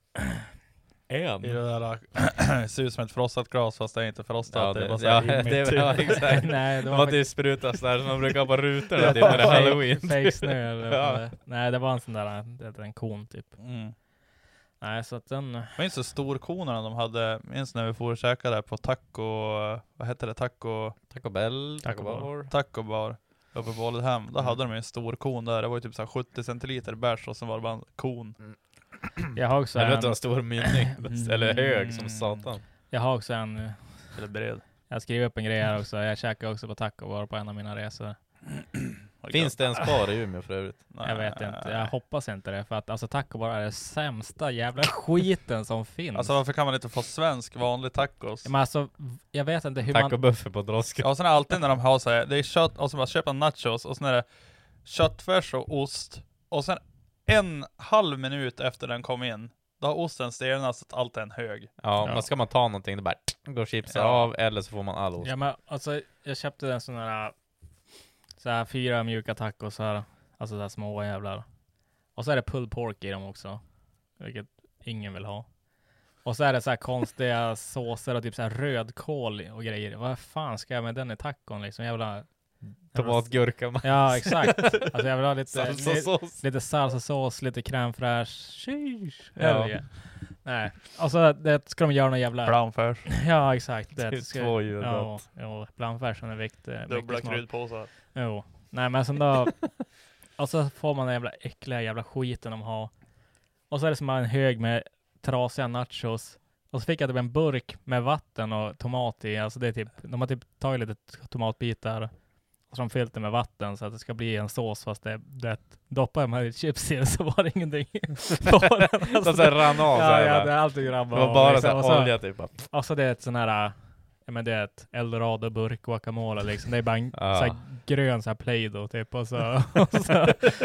En? I det där, det ser ut som ett frostat glas fast det är inte frostat. Ja, det är det, bara så ja, här det immigt. var exakt. Nej, det Det var var det sprutas där som de brukar ha på rutorna typ när det är Halloween. fake snö eller Ja. vad det. Nej, det var en sån där, det är en kon typ. Mm. Nej, så att den... Minns du storkonerna de hade? Minns när vi får käka där på taco, vad heter det? Taco, Taco Bell, Taco Taco Bar. Bar. taco bar uppe på Ålidhem. Då Mm. hade de en stor kon där. Det var ju typ så här sjuttio centiliter bärs och sen var det bara en kon. Jag har också Jag vet en... inte, en stor mynning. Eller hög som satan. Jag har också en... Eller bred. Jag skriver upp en grej här också. Jag käkar också på taco bar på en av mina resor. Finns det ens kvar i Umeå för övrigt? Jag vet inte. Jag hoppas inte det. För att alltså taco bar är det sämsta jävla skiten som finns. Alltså varför kan man inte få svensk vanlig tacos? Men alltså, jag vet inte hur Taco man... buffer på droska. Ja, och sen är alltid när de har så här, det är kött och så bara köpa nachos och sen är det köttfärs och ost och sen en halv minut efter den kom in då har osten stelnat så att allt är en hög. Ja, Ja. men ska man ta någonting då bara går chipsar Ja. av eller så får man all ost. Ja, men alltså, jag köpte en sån här, så här fyra mjuka tacos här. Alltså så här små jävlar. Och så är det pulled pork i dem också. Vilket ingen vill ha. Och så är det så här konstiga såser och typ så här rödkål och grejer. Vad fan ska jag med den i tacon liksom? Jävla Tomatgurka. Man. Ja, exakt. Alltså jag vill ha lite salsasås. Lite, lite salsasås, lite crème fraîche. Sheesh. Ja. Ja. Nej. Alltså det ska de göra någon jävla... Blandfärs. Ja, exakt. Det är Det ska... två djur. Ja, ja blandfärsen är viktig. Dubbla mycket smak. kryddpåsar. Jo. Nej, men sen då... och så får man den jävla äckliga jävla skiten de har. Och så är det som en hög med trasiga nachos. Och så fick jag typ en burk med vatten och tomat i. Alltså det är typ... De har typ tagit lite tomatbitar. Och så har de fyllt det med vatten så att det ska bli en sås, fast det, det doppar jag med chips i så var det ingenting på den. Alltså, så det rann av. Ja, så här, ja, va? det är alltid grabbar. Det var bara liksom. så Och här olja typ. och så det är ett sån här, ja men det är ett eldorado burk guacamole liksom. Det är bara en Ja. så här grön så här Play-Doh typ. Och så, och så,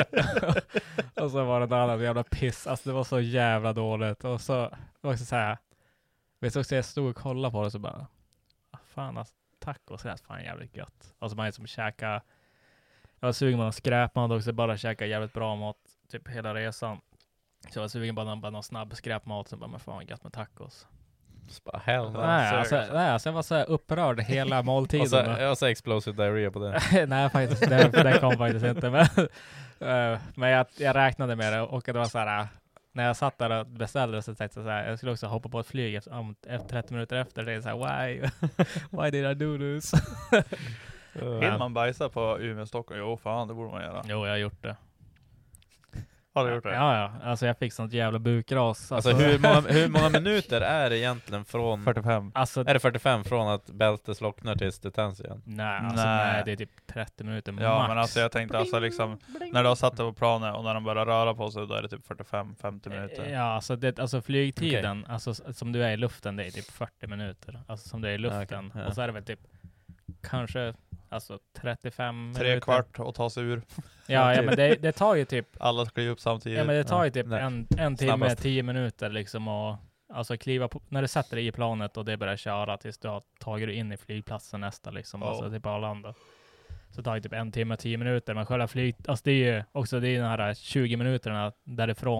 och så var det en annan jävla piss. Alltså det var så jävla dåligt. Och så var det så här, vet du också, jag stod och kollade på det så bara, ah, fan alltså. Tacos är fan jävligt gött. Alltså man är som käka. Jag var sugen på någon skräpmat också. Bara käka jävligt bra mat. Typ hela resan. Så jag var sugen på någon, bara någon snabb skräpmat. Så bara, men fan gött med tacos. Bara hell. Nej, alltså, nej, alltså jag var så här upprörd hela måltiden. Och så, jag sa explosive diarrhea på det. Nej, faktiskt. Det, det kom faktiskt inte. Men, uh, men jag, jag räknade med det. Och det var så här. När jag satt där och beställde så tänkte jag så här, jag skulle också hoppa på ett flyg efter, om, efter trettio minuter efter. Det är så här, why? Why did I do this? Vill man bajsa på Umeå Stockholm? Jo, fan, det borde man göra. Jo, jag har gjort det. Har du gjort det? Ja, ja. Alltså jag fick sånt jävla bukras. Alltså, alltså hur, många, hur många minuter är det egentligen från... fyrtiofem. Alltså, är det fyrtiofem från att bältet slocknar tills det tänds igen? Nej, alltså, nej. nej, det är typ trettio minuter Ja, max. men alltså jag tänkte alltså liksom, när du har satt det på planet och när de börjar röra på sig, då är det typ fyrtiofem till femtio minuter. Ja, alltså, det, alltså flygtiden, okay. Alltså som du är i luften, det är typ fyrtio minuter. Alltså som du är i luften. Okay, ja. Och så är det väl typ, kanske, alltså trettiofem Tre minuter. kvart och ta sig ur. Ja, ja men det, det tar ju typ... Alla ska ju upp samtidigt. Ja, men det tar ju typ ja, en, en timme, Snabbast. tio minuter liksom och alltså kliva på, när du sätter dig i planet och det börjar köra tills du har tagit dig in i flygplatsen nästa liksom, oh. Alltså typ Arlanda. Så det tar ju typ en timme, tio minuter, men själva flyg, alltså det är ju också, det är den här tjugo minuterna därifrån.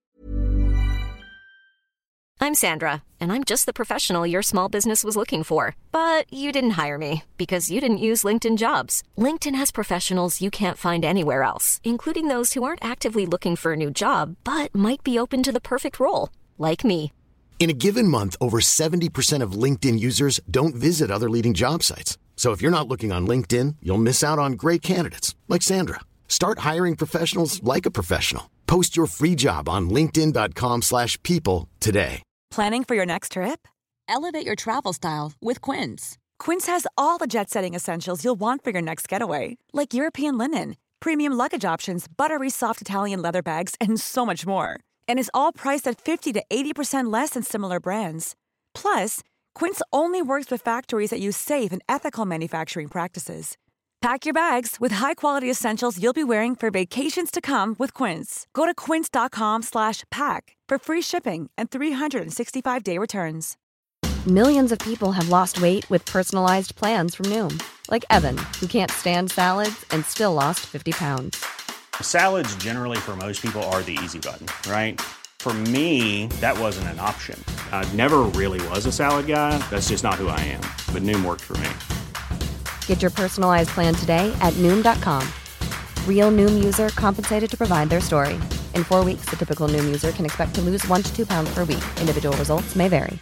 I'm Sandra, and I'm just the professional your small business was looking for. But you didn't hire me because you didn't use LinkedIn Jobs. LinkedIn has professionals you can't find anywhere else, including those who aren't actively looking for a new job, but might be open to the perfect role, like me. In a given month, over seventy percent of LinkedIn users don't visit other leading job sites. So if you're not looking on LinkedIn, you'll miss out on great candidates like Sandra. Start hiring professionals like a professional. Post your free job on linkedin dot com slash people today. Planning for your next trip? Elevate your travel style with Quince. Quince has all the jet-setting essentials you'll want for your next getaway, like European linen, premium luggage options, buttery soft Italian leather bags, and so much more. And is all priced at fifty to eighty percent less than similar brands. Plus, Quince only works with factories that use safe and ethical manufacturing practices. Pack your bags with high-quality essentials you'll be wearing for vacations to come with Quince. Go to quince dot com slash pack for free shipping and three sixty-five day returns. Millions of people have lost weight with personalized plans from Noom. Like Evan, who can't stand salads and still lost fifty pounds. Salads generally for most people are the easy button, right? For me, that wasn't an option. I never really was a salad guy. That's just not who I am. But Noom worked for me. Get your personalized plan today at Noom dot com. Real Noom user compensated to provide their story. In four weeks, the typical Noom user can expect to lose one to two pounds per week. Individual results may vary.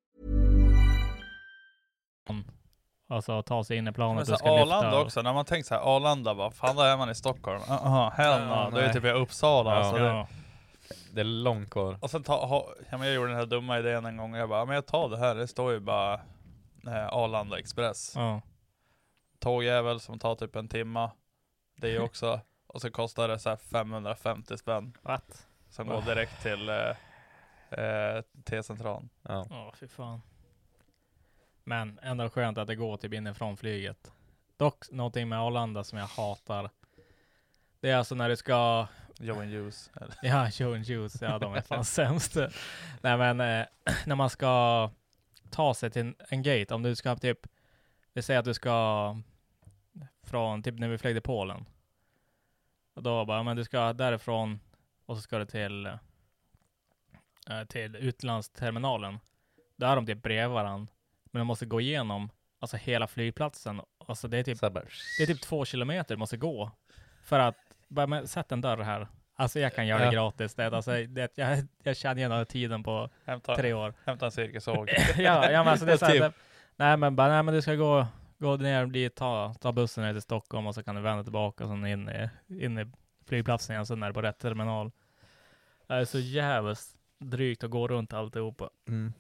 Alltså ta sig in i planet och ska Arlanda lyfta. Också, när man tänker så här, Arlanda, vad fan, där är man i Stockholm. Jaha, uh-huh, hell no. Ja, det är typ i Uppsala. Ja, alltså ja. Det, det är långt kvar. Och sen ta, ha, ja, men jag gjorde den här dumma idén en gång. Jag bara, men jag tar det här. Det står ju bara eh, Arlanda Express. Ja. Tågjävel som tar typ en timma. Det är också. Och så kostar det så här femhundrafemtio spänn. What? Som oh. går direkt till eh, eh, T-centralen. Ja, oh, fy fan. Men ändå skönt att det går typ inifrån flyget. Dock någonting med Arlanda som jag hatar. Det är alltså när du ska... Joe and Juice. Ja, Joe and Juice. Ja, de är fan sämst. Nej, men eh, när man ska ta sig till en gate. Om du ska typ... Vi säger att du ska från typ när vi flög till Polen. Och då bara, men du ska därifrån och så ska du till äh, till utlandsterminalen. Där har de typ bredvid varandra. Men de måste gå igenom alltså hela flygplatsen Alltså det är typ, bara, det är typ två kilometer måste gå. För att, bara med, sätt en dörr här. Alltså jag kan göra ja. det gratis. Det, alltså, det, jag, jag känner igen tiden på hämta, tre år. Hämta en cirkusåg. ja, ja, men alltså det är så här, typ. det, nej men bara, nej men du ska gå, gå ner dit, ta, ta bussen ner till Stockholm och så kan du vända tillbaka och så in i, in i flygplatsen igen, så när det är på rätt terminal. Det är så jävligt drygt att gå runt alltihopa. Mm.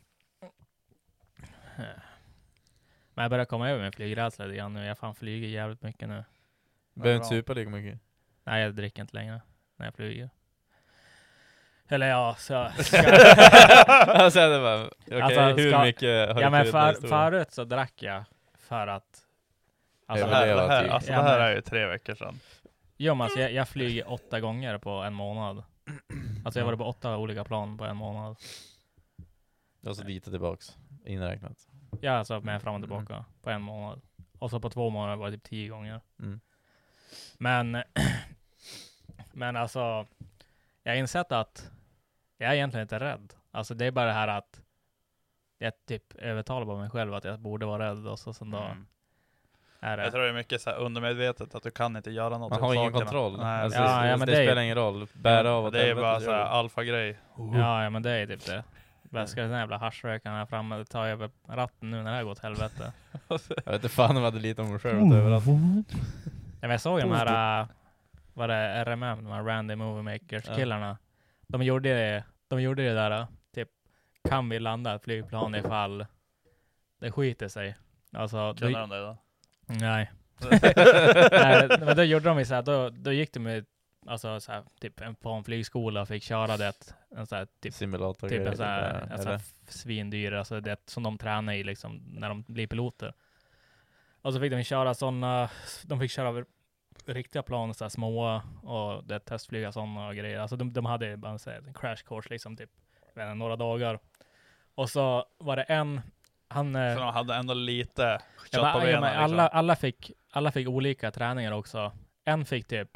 Men jag börjar komma över med flygrädsla lite grann nu. Jag fan flyger jävligt mycket nu. Behöver inte supa lika mycket? Nej, jag dricker inte längre när jag flyger. Eller ja, så... alltså, det var, okay, alltså, hur ska, mycket har ja, du men för, förut så drack jag för att... Alltså, det här, det här, alltså ja, det här är ju tre veckor sedan. Jo, men alltså, jag, jag flyger åtta gånger på en månad. Alltså jag var på åtta olika plan på en månad. Alltså dit och tillbaks, inräknat. Ja, alltså med fram och tillbaka mm. på en månad. Och så på två månader var det typ tio gånger. Mm. Men... men alltså... Jag har insett att jag är egentligen inte rädd. Alltså det är bara det här att jag typ övertalar på mig själv att jag borde vara rädd. Och så sen då mm. är det. Jag tror det är mycket så här undermedvetet att du kan inte göra något. Man har ingen kontroll. Nej, alltså, ja, det, ja, men det, det spelar är, ingen roll. Bära av det är bara så här alfa-grej. Uh. Ja, ja, men det är typ det. Jag ska den jävla haschrökan här framme ta över ratten nu när det här går åt helvete. Jag vet inte fan om jag hade lite om mig själv att ta över ratten. Ja, men jag såg de här... Uh, var det R M M, de här Randy Movie Makers killarna. Ja. De gjorde det, de gjorde det där, typ, kan vi landa ett flygplan ifall det skiter sig? Alltså, kunde de det då? Nej. Nej, men då gjorde de ju så här, då, då gick de med, alltså så här, typ på en flygskola och fick köra det, en så här, typ, simulator, typ en så här, en så här svindyr, alltså det som de tränar i liksom när de blir piloter. Och så fick de köra sådana, de fick köra riktiga plan, så här små, och det testflyga sådana grejer. Alltså de, de hade bara så här, en crash course liksom typ inte, några dagar. Och så var det en han så de hade ändå lite kött ja, på men, benen, ja, liksom. alla, alla, fick, alla fick olika träningar också. En fick typ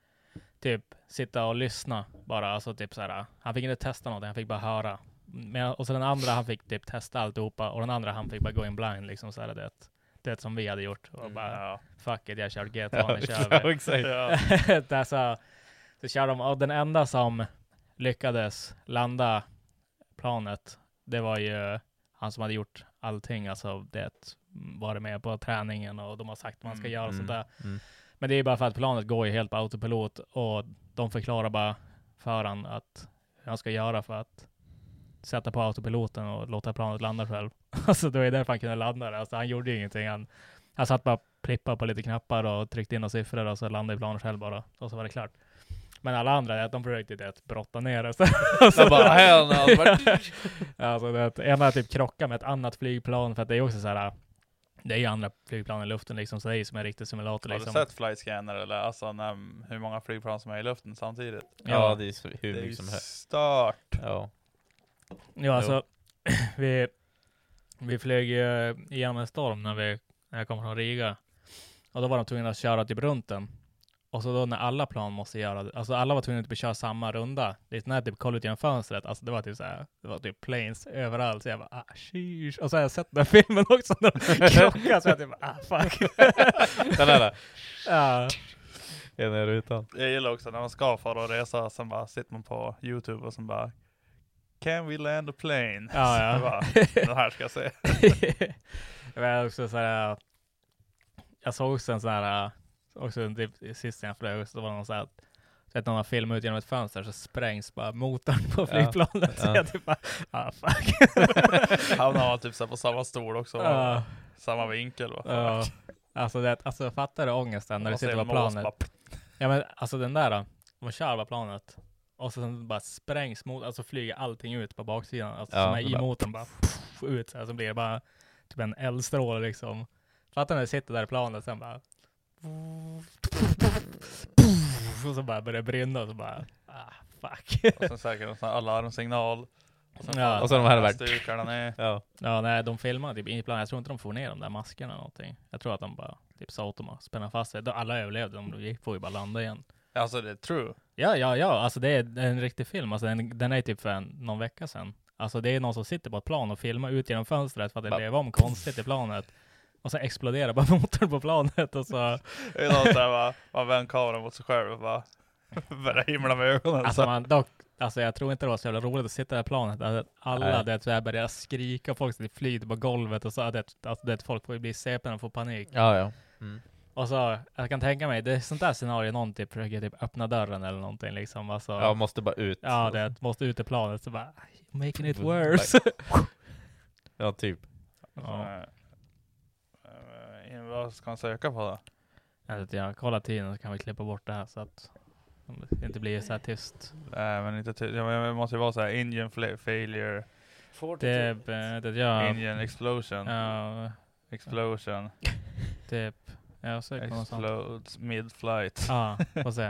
typ sitta och lyssna bara, alltså typ så här, han fick inte testa något, han fick bara höra. Men, och så den andra han fick typ testa alltihopa, och den andra han fick bara gå in blind liksom, så här, det det som vi hade gjort och bara mm, ja. Fuck it, jag kör G T A, ja, nu kör vi. Exakt. Ja. Där så, så kör de, och den enda som lyckades landa planet, det var ju han som hade gjort allting, alltså det var med på träningen och de har sagt vad man ska mm, göra och sånt där. Mm. Men det är bara för att planet går ju helt på autopilot, och de förklarar bara för han att hur han ska göra för att sätta på autopiloten och låta planet landa själv. Alltså då är det därför han kunde landa det. Alltså han gjorde ju ingenting. Han, han satt bara prippa på lite knappar och tryckte in några siffror, och så landade planet själv bara. Och så var det klart. Men alla andra, de försökte det att brotta ner det. Så, så bara, hell no. Alltså det, ena typ krockar med ett annat flygplan, för att det är också så här, det är ju andra flygplan i luften liksom, så det är ju som en riktig simulator liksom. Har du sett flyscanner eller alltså när, hur många flygplan som är i luften samtidigt? Ja, ja det är så, hur det mycket som helst. Start. Ja. Ja, alltså vi, vi flög ju igenom en storm när, vi, när jag kom från Riga. Och då var de tvungna att köra typ runt den. Och så då när alla plan måste göra det, alltså alla var tvungna att typ köra samma runda. Det är sån här typ kolla ut genom fönstret. Alltså det var typ så här, det var typ planes överallt. Så jag bara, ah, sheesh. Och så har jag sett den filmen också när de krockar. Så jag typ, ah, fuck. Den där där. Ja. En är rutan. Jag gillar också när man ska fara och resa, sen bara sitter man på YouTube och sen bara, can we land a plane? Ja, ja. Bara, det här ska jag se. Jag var också så här, jag såg också en sån här, också typ, sist jag flög, så var det någon så här, så att när man filmar ut genom ett fönster så sprängs bara motorn på flygplanet. Ja, så ja. Jag typ bara, ah fuck. Hamnar man typ så på samma stol också, ja. Samma vinkel. Va? Ja. Alltså, det, alltså fattar du ångesten när du sitter på planet? Bara... Ja men alltså den där då, man kör på planet och så sen bara sprängs mot, alltså flyger allting ut på baksidan, alltså ja, som är i bara... motorn bara pff, ut så här, så blir det bara typ en eldstråle liksom. Fattar när du sitter där i planet sen bara och så bara börjar det brinna och så bara ah fuck. Och sen säkert en sån här alarmsignal. Och sen ja. Och så de här stukarna ner. Ja. Ja, nej, de filmar typ inget plan. Jag tror inte de får ner de där maskerna eller någonting. Jag tror att de bara typ sa åt dem att spänna fast sig. Alla överlevde, de får ju bara landa igen. Alltså det är true. Ja, ja, ja. Alltså det är en riktig film. Alltså den, den är typ för en, någon vecka sedan. Alltså det är någon som sitter på ett plan och filmar ut genom fönstret för att det ba- blev om konstigt i planet. Och så exploderar bara motorn på planet och så... Det är något såhär va, man vänder kameran mot sig själv och bara börjar himla med ögonen. Alltså man dock, alltså jag tror inte det var så jävla roligt att sitta i det här planet. Alltså, alla det så här började skrika, folk som flyter på golvet och så det, alltså det folk får bli C P och får panik. Ja, ja. Mm. Och så, jag kan tänka mig, det är sånt där scenario, någon typ försöker typ öppna dörren eller någonting liksom. Alltså, ja, måste bara ut. Ja, det måste ut i planet så bara, making it worse. Ja, typ. Ja. Uh, vad ska man söka på då? Jag vet, jag kollar tiden så kan vi klippa bort det här så att det inte blir så här tyst. Nej, men inte tyst. Ja, det måste ju vara så här engine fla- failure. Typ, det jag... Engine explosion. Ja. Explosion. Typ. Jag söker på något sånt. Explodes mid-flight. Ja, får se.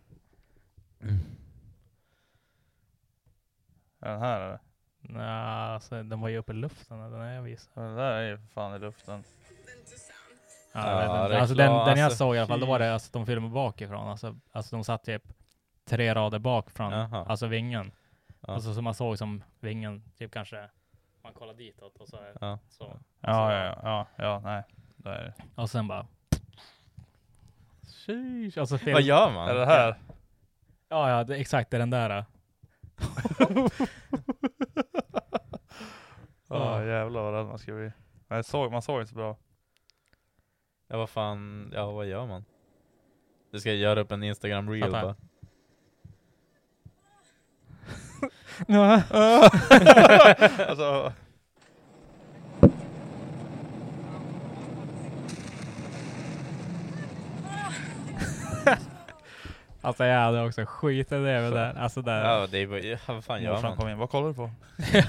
Är den här eller? Nej, alltså, den var ju uppe i luften. Den här jag visade. Den där är ju fan i luften. Ja, jag vet inte. Alltså, den, den jag såg i alla fall, då var det alltså, de filmade bakifrån. Alltså, alltså de satt typ tre rader bak från Jaha. alltså vingen. Ja. Alltså så man såg som vingen, typ kanske man kollar ditåt och så är Ja. så. Ja, så. ja, ja, ja, ja, nej. Det är... Och sen bara... Sheesh, alltså film... Vad gör man? Är det här? Ja, ja, det, exakt, det är den där. Ja, oh, jävlar vad rädd man ska bli. Jag såg, man såg inte så bra. Ja, vad fan, ja, vad gör man? Du ska göra upp en Instagram reel bara. Ja. Alltså... Alltså jag hade också skitit det med där. Alltså där. Ja, det är bara, ja, vad fan gör man? Kom in. Vad kollar du på?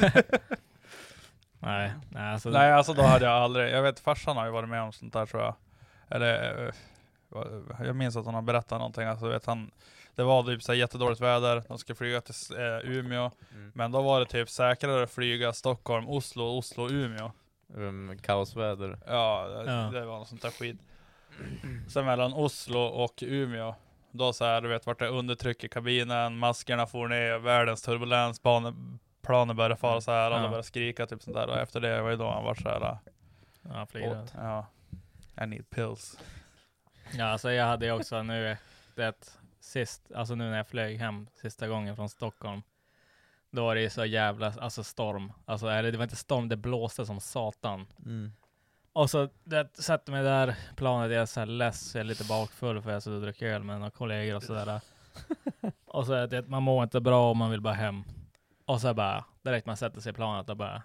nej, nej, alltså... nej, alltså då hade jag aldrig... Jag vet, farsan har ju varit med om sånt där, tror jag. Eller... Jag minns att han har berättat någonting. Alltså, vet han... Det var typ så här jättedåligt väder. De ska flyga till eh, Umeå. Mm. Men då var det typ säkrare att flyga Stockholm, Oslo, Oslo, Umeå. Um, kaosväder. Ja, det, ja, det var något sånt där skit. Sen mellan Oslo och Umeå. Då så här, du vet, vart det undertryck i kabinen. Maskerna får ner, världens turbulens. Banen, planen började fara så här. Alla ja. började skrika, typ sånt där. Och efter det var ju då han var så här... Ja, flygade. Ja. I need pills. Ja, alltså jag hade ju också nu... Det sist, alltså nu när jag flög hem sista gången från Stockholm, då var det ju så jävla, alltså storm. Alltså eller det var inte storm, det blåste som satan. Mm. Och så det satte mig där, planet, jag är så här less, jag är lite bakfull för jag så druckit öl med några kollegor och sådär. Och så det, man mår inte bra och man vill bara hem. Och så bara, direkt man sätter sig i planet och bara...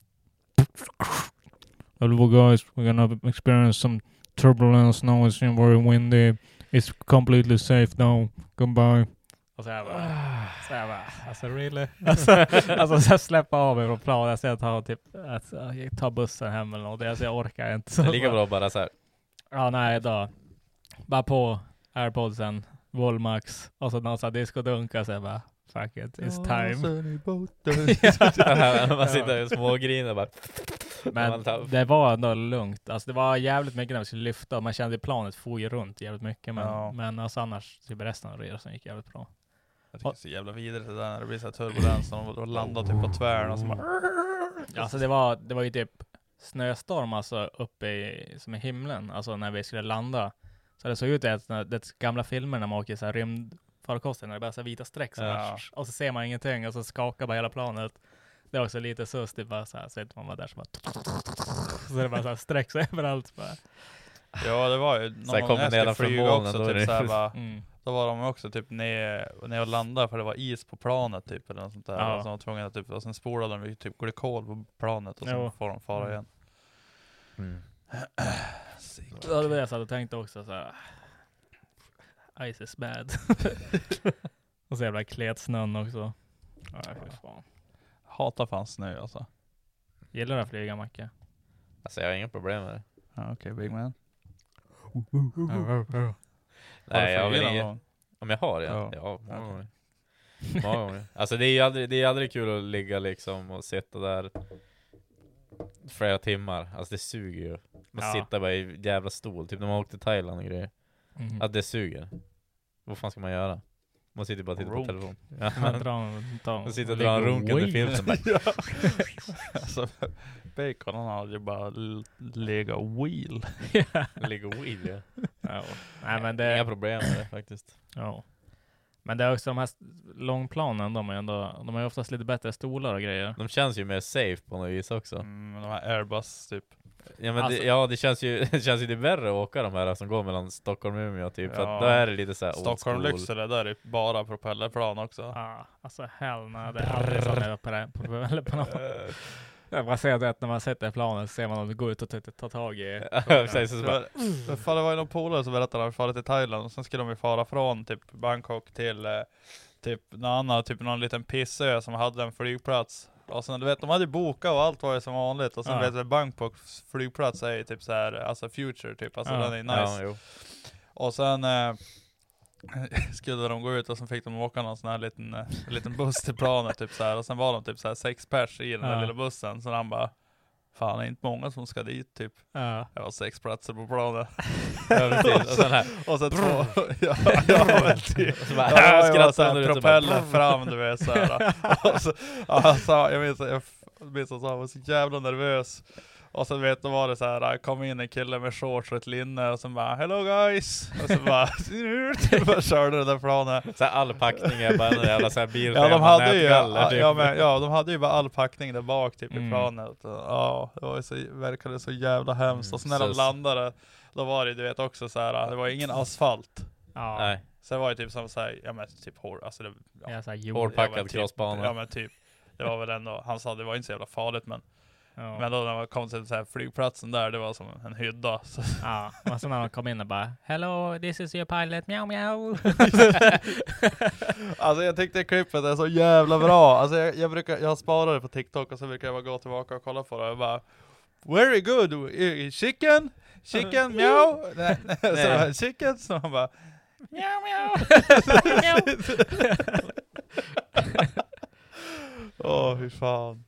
Hello guys, we're gonna experience some turbulence now, it's very windy. It's completely safe now. Goodbye. Och så jag bara, så jag bara, alltså really? Alltså, alltså så släppa av mig från planet. Så jag tar typ, alltså, jag tar bussen hem eller något. Alltså jag orkar inte. Så det är lika bra bara så här. Ja, nej då. Bara på AirPodsen, Volmax. Och så någon sån här disco-dunka. Så jag bara, fuck it, it's time. Ja. Man sitter och smågriner bara. Men det var ändå lugnt. Alltså det var jävligt mycket när vi skulle lyfta. Man kände planet får ju runt jävligt mycket. Men, ja. men alltså annars, typ resten av resan gick jävligt bra. Jag tycker det är så jävla vidare det där när det blir så här turbulens och de landar typ på tvären och så bara... Alltså det var, det var ju typ snöstorm alltså uppe i, som i himlen. Alltså när vi skulle landa. Så det såg ut att det gamla filmer när man åker så här rymdfarkoster när det bara så här vita streck så här, ja. Och så ser man ingenting och så skakar bara hela planet. Det är också lite sus, det bara så här, så att man var där så bara... Så det bara så här sträcks överallt bara. Ja, det var ju någon gång jag skulle flyga också, typ så här bara... Mm. Då var de också typ ner, ner och landade för det var is på planet typ eller något sånt där. Ja. Och så var de tvungna typ, och sen spolade de typ glykol på planet och så jo. får de fara mm. igen. Mm. Ja, det var det jag hade tänkt också så här. Ice is bad. Och så jävla kletsnön också. Ja, för fan. Hatar fan snö alltså. Gillar du att flyga, Macke? Alltså jag har inga problem med det. Ja, okej, okay, big man. Nej, jag vill inget. Om jag har, ja. Ja, många gånger. Många gånger. Alltså det är ju aldrig, det är aldrig kul att ligga liksom och sitta där flera timmar. Alltså det suger ju. Man ja. sitter bara i jävla stol. Typ när man åkte till Thailand och grejer. Mm. Att det suger. Vad fan ska man göra? Man sitter bara och tittar på Runk. telefon. Ja, Man men, drar en tång. man sitter och drar en runk under filmen. Bara, Ja. Alltså, Bacon han hade ju bara l- lega wheel. ligger och wheel, ja. Ja. Nej, men det, Inga problem med det faktiskt. ja. Men det är också de här långplanen, de är ändå, de har ju oftast lite bättre stolar och grejer. De känns ju mer safe på något vis också. Mm, de här Airbus typ. Ja, men Alltså- det, ja, det känns ju det känns ju det värre att åka de här som går mellan Stockholm och Umeå typ. För Ja. att då är det lite så här old Stockholm school. Lycksele, där är bara propellerplan också. Ja, alltså hell nej, det är aldrig så när på det på, eller på något. Jag bara säger att när man sätter planen så ser man att det går ut och tar, tar tag i. Precis, så Det bara, var, för det var ju någon polare som berättade att de farade till Thailand och sen skulle de ju fara från typ Bangkok till eh, typ någon annan, typ någon liten pissö som hade en flygplats. Och sen du vet, de hade ju bokat och allt var ju som vanligt. Och sen Ja. vet du, Bangkoks flygplats är ju typ så här, alltså future typ, alltså Ja. den är nice. ja, jo. Och sen eh, skulle de gå ut och sen fick de åka någon sån här liten, eh, liten buss till planet typ så här. Och sen var de typ så här sex pers i den där Ja. lilla bussen. Så han bara, fan det är inte många som ska dit typ. Ja. Det var sex platser på planet. Ja, precis. Och sen här, Och sen två, ja, ja men typ. och så bara, Ja, det var ju bara skrattar så här han ut och propeller bara, fram, du vet så här. Och så, ja, han sa, jag minns, jag minns att han var så jävla nervös. Och så vet du vad det så här, kom in en kille med shorts och ett linne och så bara, hello guys. Och så bara, bara körde det där planet. så här, all packning är bara en jävla så här bil. Ja, de hade ju, ja, typ. ja, men, ja, de hade ju bara all packning där bak typ Mm. i planet. Och, ja, det var ju så, verkade så jävla hemskt. Mm, Och så när så- de landade, då var det, du vet också så här, det var ingen asfalt. Ja. Nej, Så det var ju typ som så här, ja men typ hår, alltså det, ja, Ja, så här, jord. hårdpackad ja, men typ, crossbana. Ja men typ, det var väl ändå, han sa det var inte så jävla farligt men, Ja. men då när man kom till så här flygplatsen där, det var som en hydda. Så, Ja, och sen när de kom in och bara, hello, this is your pilot, meow meow. alltså jag tyckte klippet är så jävla bra. Alltså jag, jag brukar, jag sparar det på TikTok och så brukar jag bara gå tillbaka och kolla på det och bara, very good, Eh, chicken, chicken, meow. Nej, nej. Så bara, chicken, så man bara, Meow meow. åh hur fan.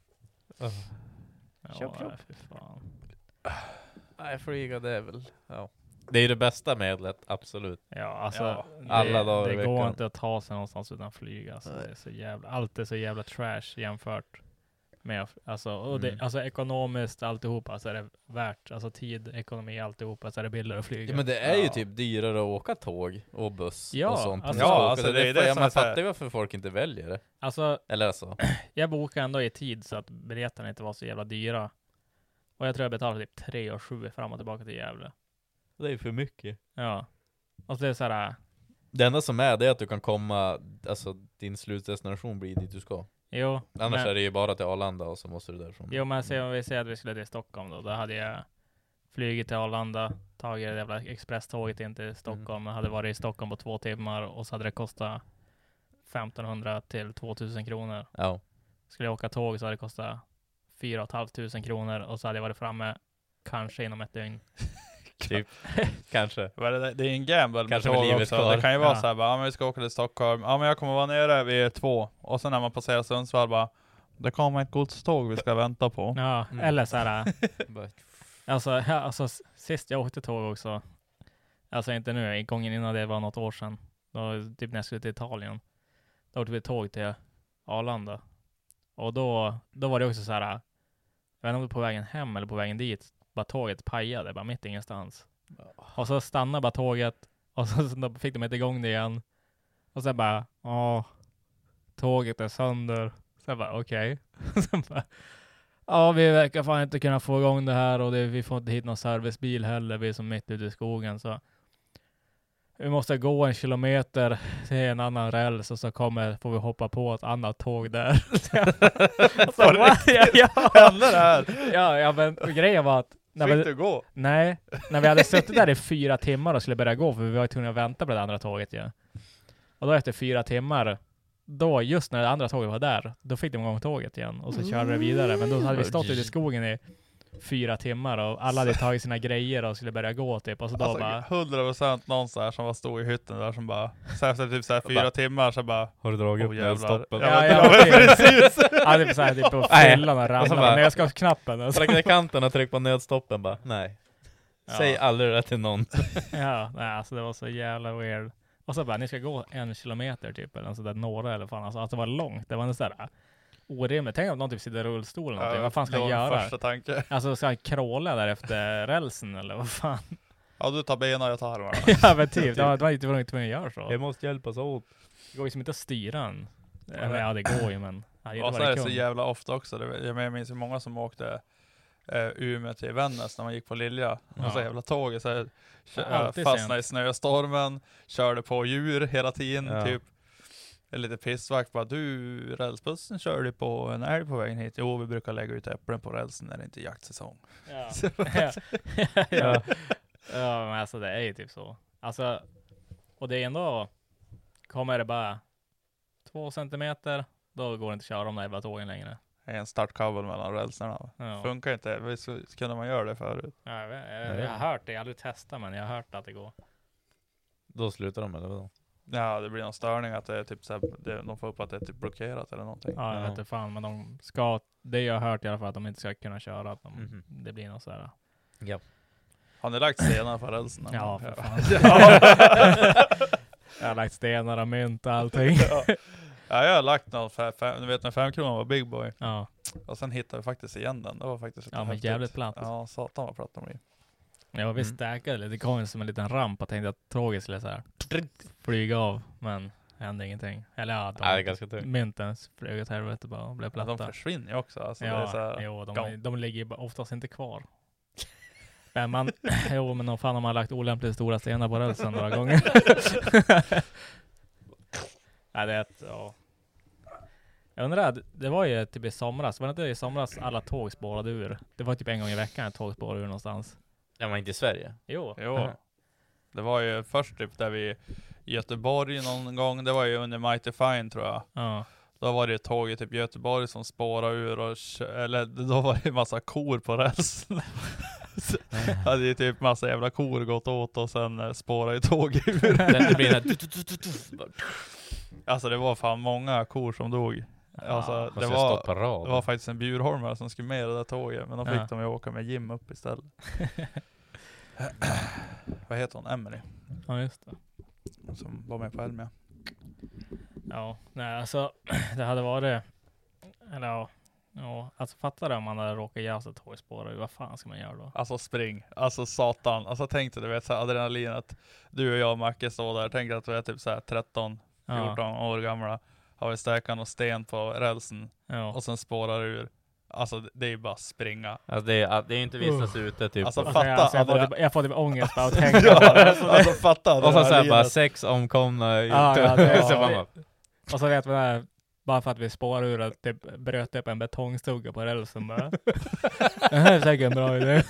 Köp, köp. Ja, fy fan. Nej, flyga det är väl, ja. Det är ju det bästa medlet, absolut. Ja, alltså Ja, det, alla dagar i det går veckan. inte att ta sig någonstans utan flyga. Alltså, det är så jävla, allt är så jävla trash jämfört med, alltså, och det, Mm. alltså ekonomiskt alltihopa så är det värt, alltså tid, ekonomi, alltihopa så är det billigare att flyga. Ja, men det är ju Ja. typ dyrare att åka tåg och buss Ja, och sånt. alltså- än att Ja, åka. alltså, det är det, det det som är man så här- fattar ju varför folk inte väljer det. Alltså, Eller alltså. jag bokade ändå i tid så att biljetterna inte var så jävla dyra. Och jag tror jag betalade typ tre och sju fram och tillbaka till Gävle. Det är för mycket. Ja. Och så är det så här, Det enda som är det är att du kan komma, alltså din slutdestination blir dit du ska. jo. Annars men, är det ju bara till Arlanda och så måste du därifrån. Jo, men se, om vi säger att vi skulle till Stockholm då. Då hade jag flugit till Arlanda, tagit det jävla expresståget in till Stockholm. Jag hade varit i Stockholm på två timmar och så hade det kostat femtonhundra till tvåtusen kronor. Ja. Skulle jag åka tåg så hade det kostat fyra och ett tusen kronor och så hade jag varit framme kanske inom ett dygn. Typ. Kanske. Men det, det är en gamble med Kanske med tåg livet också. kvar. Det kan ju vara Ja. så här, bara, ja men vi ska åka till Stockholm. Ja men jag kommer vara nere vid två. Och sen när man passerar Sundsvall bara, det kommer ett godståg vi ska vänta på. Ja, Mm. eller så här. Bara- Alltså, ja, alltså s- sist jag åkte tåg också. Alltså inte nu, gången innan det var något år sedan. Då, typ när jag skulle till Italien. Då åkte vi tåg till Arlanda. Och då, då var det också så här. Jag vet inte om det var på vägen hem eller på vägen dit. Bara tåget pajade, bara mitt ingenstans. Och så stannade bara tåget. Och så, så då fick de inte igång det igen. Och sen bara, åh, tåget är sönder. Så jag bara, okej. Okay. Sen bara, ja, vi verkar fan inte kunna få igång det här och det, vi får inte hit någon servicebil heller. Vi är som mitt ute i skogen så vi måste gå en kilometer till en annan räls och så kommer, får vi hoppa på ett annat tåg där. så, va? ja, ja. Hände det här? ja, ja, men grejen var att när Fick vi, du gå? nej, när vi hade suttit där i fyra timmar och skulle börja gå för vi var tvungna att vänta på det andra tåget ja. Och då efter fyra timmar då, just när det andra tåget var där, då fick de igång tåget igen och så körde det vidare. Men då hade vi stått ute i skogen i fyra timmar och alla hade tagit sina grejer och skulle börja gå typ. Och så då Alltså bara, hundra procent någon så här som var stod i hytten där som bara, så efter typ så här fyra bara, timmar så bara, har du dragit oh, upp jävlar. nödstoppen? Ja, ja, men ja, det var precis. ja, typ såhär typ på Nej. fyllan och Och så ramlade bara- när jag ska knappen. Och så. Praktikanten har tryckt på nödstoppen bara, nej. Ja. Säg aldrig det till någon. Ja, nej, alltså det var så jävla weird. Och så bara, ni ska gå en kilometer typ, eller så där några eller fan. Alltså, alltså det var långt, det var en sån där orimligt. Tänk om någon typ sitter i rullstol eller Ja, vad fan ska det jag var göra? första tanke. Alltså ska jag kråla där efter rälsen eller vad fan? Ja, du tar benen och jag tar armarna. Ja men typ, det var, det var inte tvungen att göra så. Jag måste hjälpas åt. Det går ju som inte att styra en. Ja, ja det går ju men... Ja, och så är det så jävla ofta också. Det, jag, jag minns ju många som åkte eh, Umeå till Vännäs när man gick på Lilja. Ja. Och så jävla tåget så här, Ja, kö- alltid fastnade i sent. snöstormen, körde på djur hela tiden. Ja. Typ. En lite pissvakt bara, du, rälsbussen kör du på en älg på vägen hit. Jo, vi brukar lägga ut äpplen på rälsen när det inte är jaktsäsong. Ja. ja. ja. Ja men alltså det är ju typ så. Alltså, och det är ändå, kommer det bara två centimeter, då går det inte att köra de där jävla tågen längre. En startkabel mellan rälsarna. Ja. Funkar inte. Visst så kunde man göra det förut. Ja, jag, jag, jag har hört det, jag har aldrig testat men jag har hört att det går. Då slutar de eller vadå? Ja, det blir någon störning att det är typ så här, det, de får upp att det är typ blockerat eller någonting. Ja, jag Ja. vet inte fan, men de ska, det jag har hört i alla fall att de inte ska kunna köra, att de, Mhm. det blir något sådär. Ja. Har ni lagt stenar på rälsen? Ja, för fan. Ja. Jag har lagt stenar och mynt och allting. Ja. Ja, jag har lagt någon, för, för, du vet när fem kronor var Big Boy. Ja, Och sen hittade vi faktiskt igen den. Det var faktiskt lite ja men häftigt. jävligt platt. Ja, satan vad platt de blir. Jag visst stackade lite, det kom ju som en liten ramp och tänkte att tåget skulle så här flyga av, men det hände ingenting. Eller ja, de, Ja, det är ganska tungt. mynten flög åt helvete bara och blev Ja, platta. de försvinner ju också. Alltså, det är Ja, så här, jo, de, gång. de ligger ju bara oftast inte kvar. Men man, jo, men om fan har man lagt olämpligt stora stenar på rälsen några gånger. Nej, det är ett, ja. Jag undrar, det var ju typ i somras, var det inte i somras alla tåg spårade ur? Det var typ en gång i veckan ett tåg spårade ur någonstans. Jag var inte i Sverige. Jo. Jo. Det var ju först typ där vi i Göteborg någon gång. Det var ju under Mighty Fine tror jag. Ja. Då var det ett tåg i typ Göteborg som spårade ur och kö- eller då var det en massa kor på rälsen. Så hade ju typ massa jävla kor gått åt och sen eh, spårade ju tåget ur. Det blir en Alltså det var fan många kor som dog. Alltså Måste det jag var, stått på rad. det var faktiskt en Bjurholmare som skulle med det där tåget. Men då fick Ja. de ju åka med Jim upp istället. Vad heter hon? Emily. Ja, just det. Som var med på Elmia. Ja, nej alltså det hade varit, eller ja, ja alltså fattar du om man hade råkat göra sig tågspåra, vad fan ska man göra då? Alltså spring. Alltså satan. Alltså tänk dig, du vet så här, adrenalin att du och jag och Macke står där. Tänk att vi är typ så här tretton fjorton år gamla. Har vi stäkat och sten på rälsen. Ja. Och sen spårar ur. Alltså det är ju bara springa. Alltså det är, det är inte vistas ute typ. Alltså, Alltså, fatta. jag, alltså, jag, får adre- typ, jag får typ ångest bara att tänka på ja, det. Alltså, det. alltså fatta. och så såhär bara adrenalinet. sex omkomna. Ja, ja, det- så man bara, Och så vet man där, bara för att vi spårar ur att typ bröt upp en betongstugga på rälsen bara. Det här är säkert en bra idé.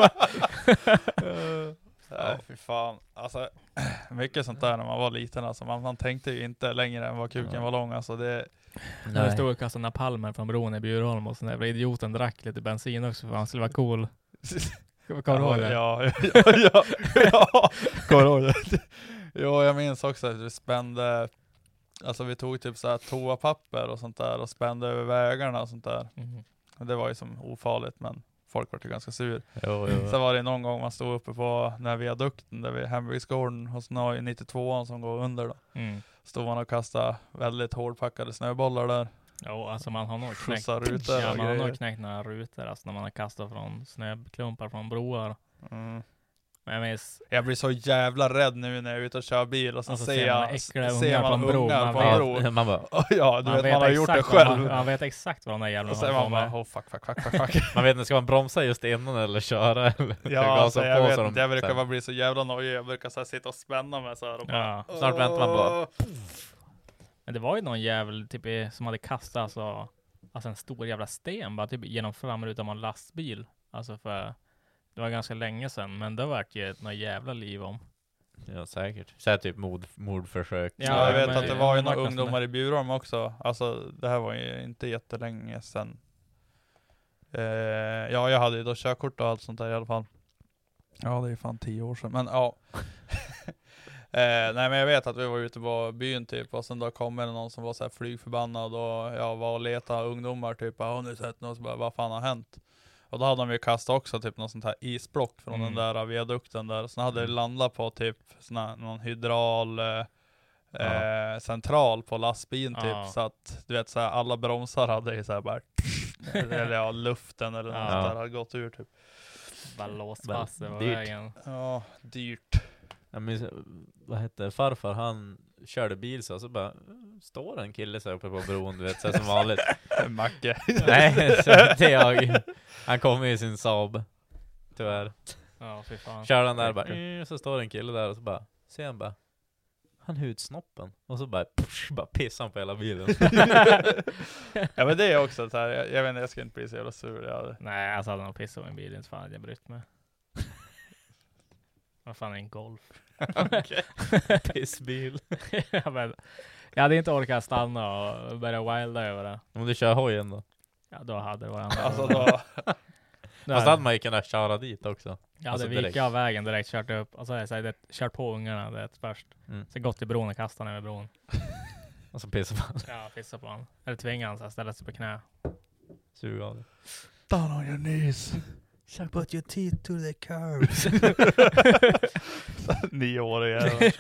Nej, fy fan. Alltså, mycket sånt där när man var liten. Alltså, man, man tänkte ju inte längre än vad kuken Ja. var lång. Alltså, det, När vi stod och kastade napalmer från bron i Bjurholm och så där idioten drack lite bensin också för han skulle vara cool. Kommer du ihåg det? Ja, ja, ja, ja. Kommer du ihåg det? Jo, jag minns också att vi spände, alltså vi tog typ så här toapapper och sånt där och spände över vägarna och sånt där. Mhm. Det var ju som ofarligt, men folk var ju ganska sur. jo, jo. Sen var det någon gång man stod uppe på den här viadukten där vid Hembygdsgården hos Norge nittiotvåan som går under då. Mm. Stod man och kastade väldigt hårdpackade snöbollar där. Jo, alltså man har nog knäckt, Skjutsa rutor ja, och man har nog grejer. knäckt några rutor alltså när man har kastat från snöklumpar från broar. Mm. Men jag minns, Jag blir så jävla rädd nu när jag är ute och kör bil och så Alltså, ser ser man jag äckliga ser ungar man på en bro, ungar man på en vet- bro. Ja, man bara, Ja, du man vet, man har gjort det exakt vad själv. Man, man vet exakt vad de där jävlarna Och sen håller man på bara, med. oh fuck, fuck, fuck, fuck, fuck. man vet inte, ska man bromsa just innan eller köra eller Ja, gasa alltså, jag på vet så inte, jag brukar så här- bara bli så jävla nojig. Jag brukar så här sitta och spänna mig så här och bara, Ja. Snart väntar man bara. Men det var ju någon jävel typ, i- som hade kastat alltså, alltså en stor jävla sten bara typ genom framrutan av en lastbil. Alltså för det var ganska länge sedan, men det var ju ett något jävla liv om. Ja, säkert. Så här typ mord, mordförsök. Ja, Ja, jag vet men att det det var ju var några nästan ungdomar i Bjurholm också. Alltså det här var ju inte jättelänge sedan. Eh, ja, jag hade ju då körkort och allt sånt där i alla fall. Ja, det är fan tio år sedan. Men ja. eh, nej, men jag vet att vi var ute på byn typ. Och sen då kom det någon som var så här flygförbannad. Och jag var och letade ungdomar typ. Har ni sett något? Så bara, vad fan har hänt? Och då hade de ju kastat också typ något sånt här isblock från Mm. den där viadukten där. Sen hade det landat på typ såna, någon hydral... Eh, eh, central på lastbilen typ, Ja. så att du vet så här, alla bromsar hade ju så här bara eller ja, luften eller något Ja. där hade gått ur typ. Bara låst fast det på Dyrt. vägen. Ja, dyrt. Jag minns, vad hette farfar, han körde bil så, så bara står en kille så uppe på bron, du vet, så här som vanligt. Macke. Nej, så det är jag. Han kommer i sin Saab, tyvärr. Ja, fy fan. Kör han där bara, mm, så står en kille där och så bara, ser han bara, han hudsnoppen. Och så bara, push, bara pissar han på hela bilen. Ja, men det är också så här, jag, jag vet inte, jag ska inte bli så jävla sur. Jag... Nej, alltså hade nog pissat på min bil, inte fan hade jag brytt mig. Vad fan är en Golf? Okej. Pissbil. Ja, men, jag hade inte orkat stanna och börja wilda över det. Om du kör hojen då? Ja, då hade det varit Alltså då... Fast hade man ju kunnat köra dit också. Jag alltså hade vikat av vägen direkt, kört upp. Och så har jag sagt, kört på ungarna det först. Mm. Så gått till bron och kastat över bron. Och så pissar man. Ja, pissa på honom. Eller tvinga honom att ställa sig på knä. Suga av det. Down on your knees. Put your teeth to the curbs. Nio år igen.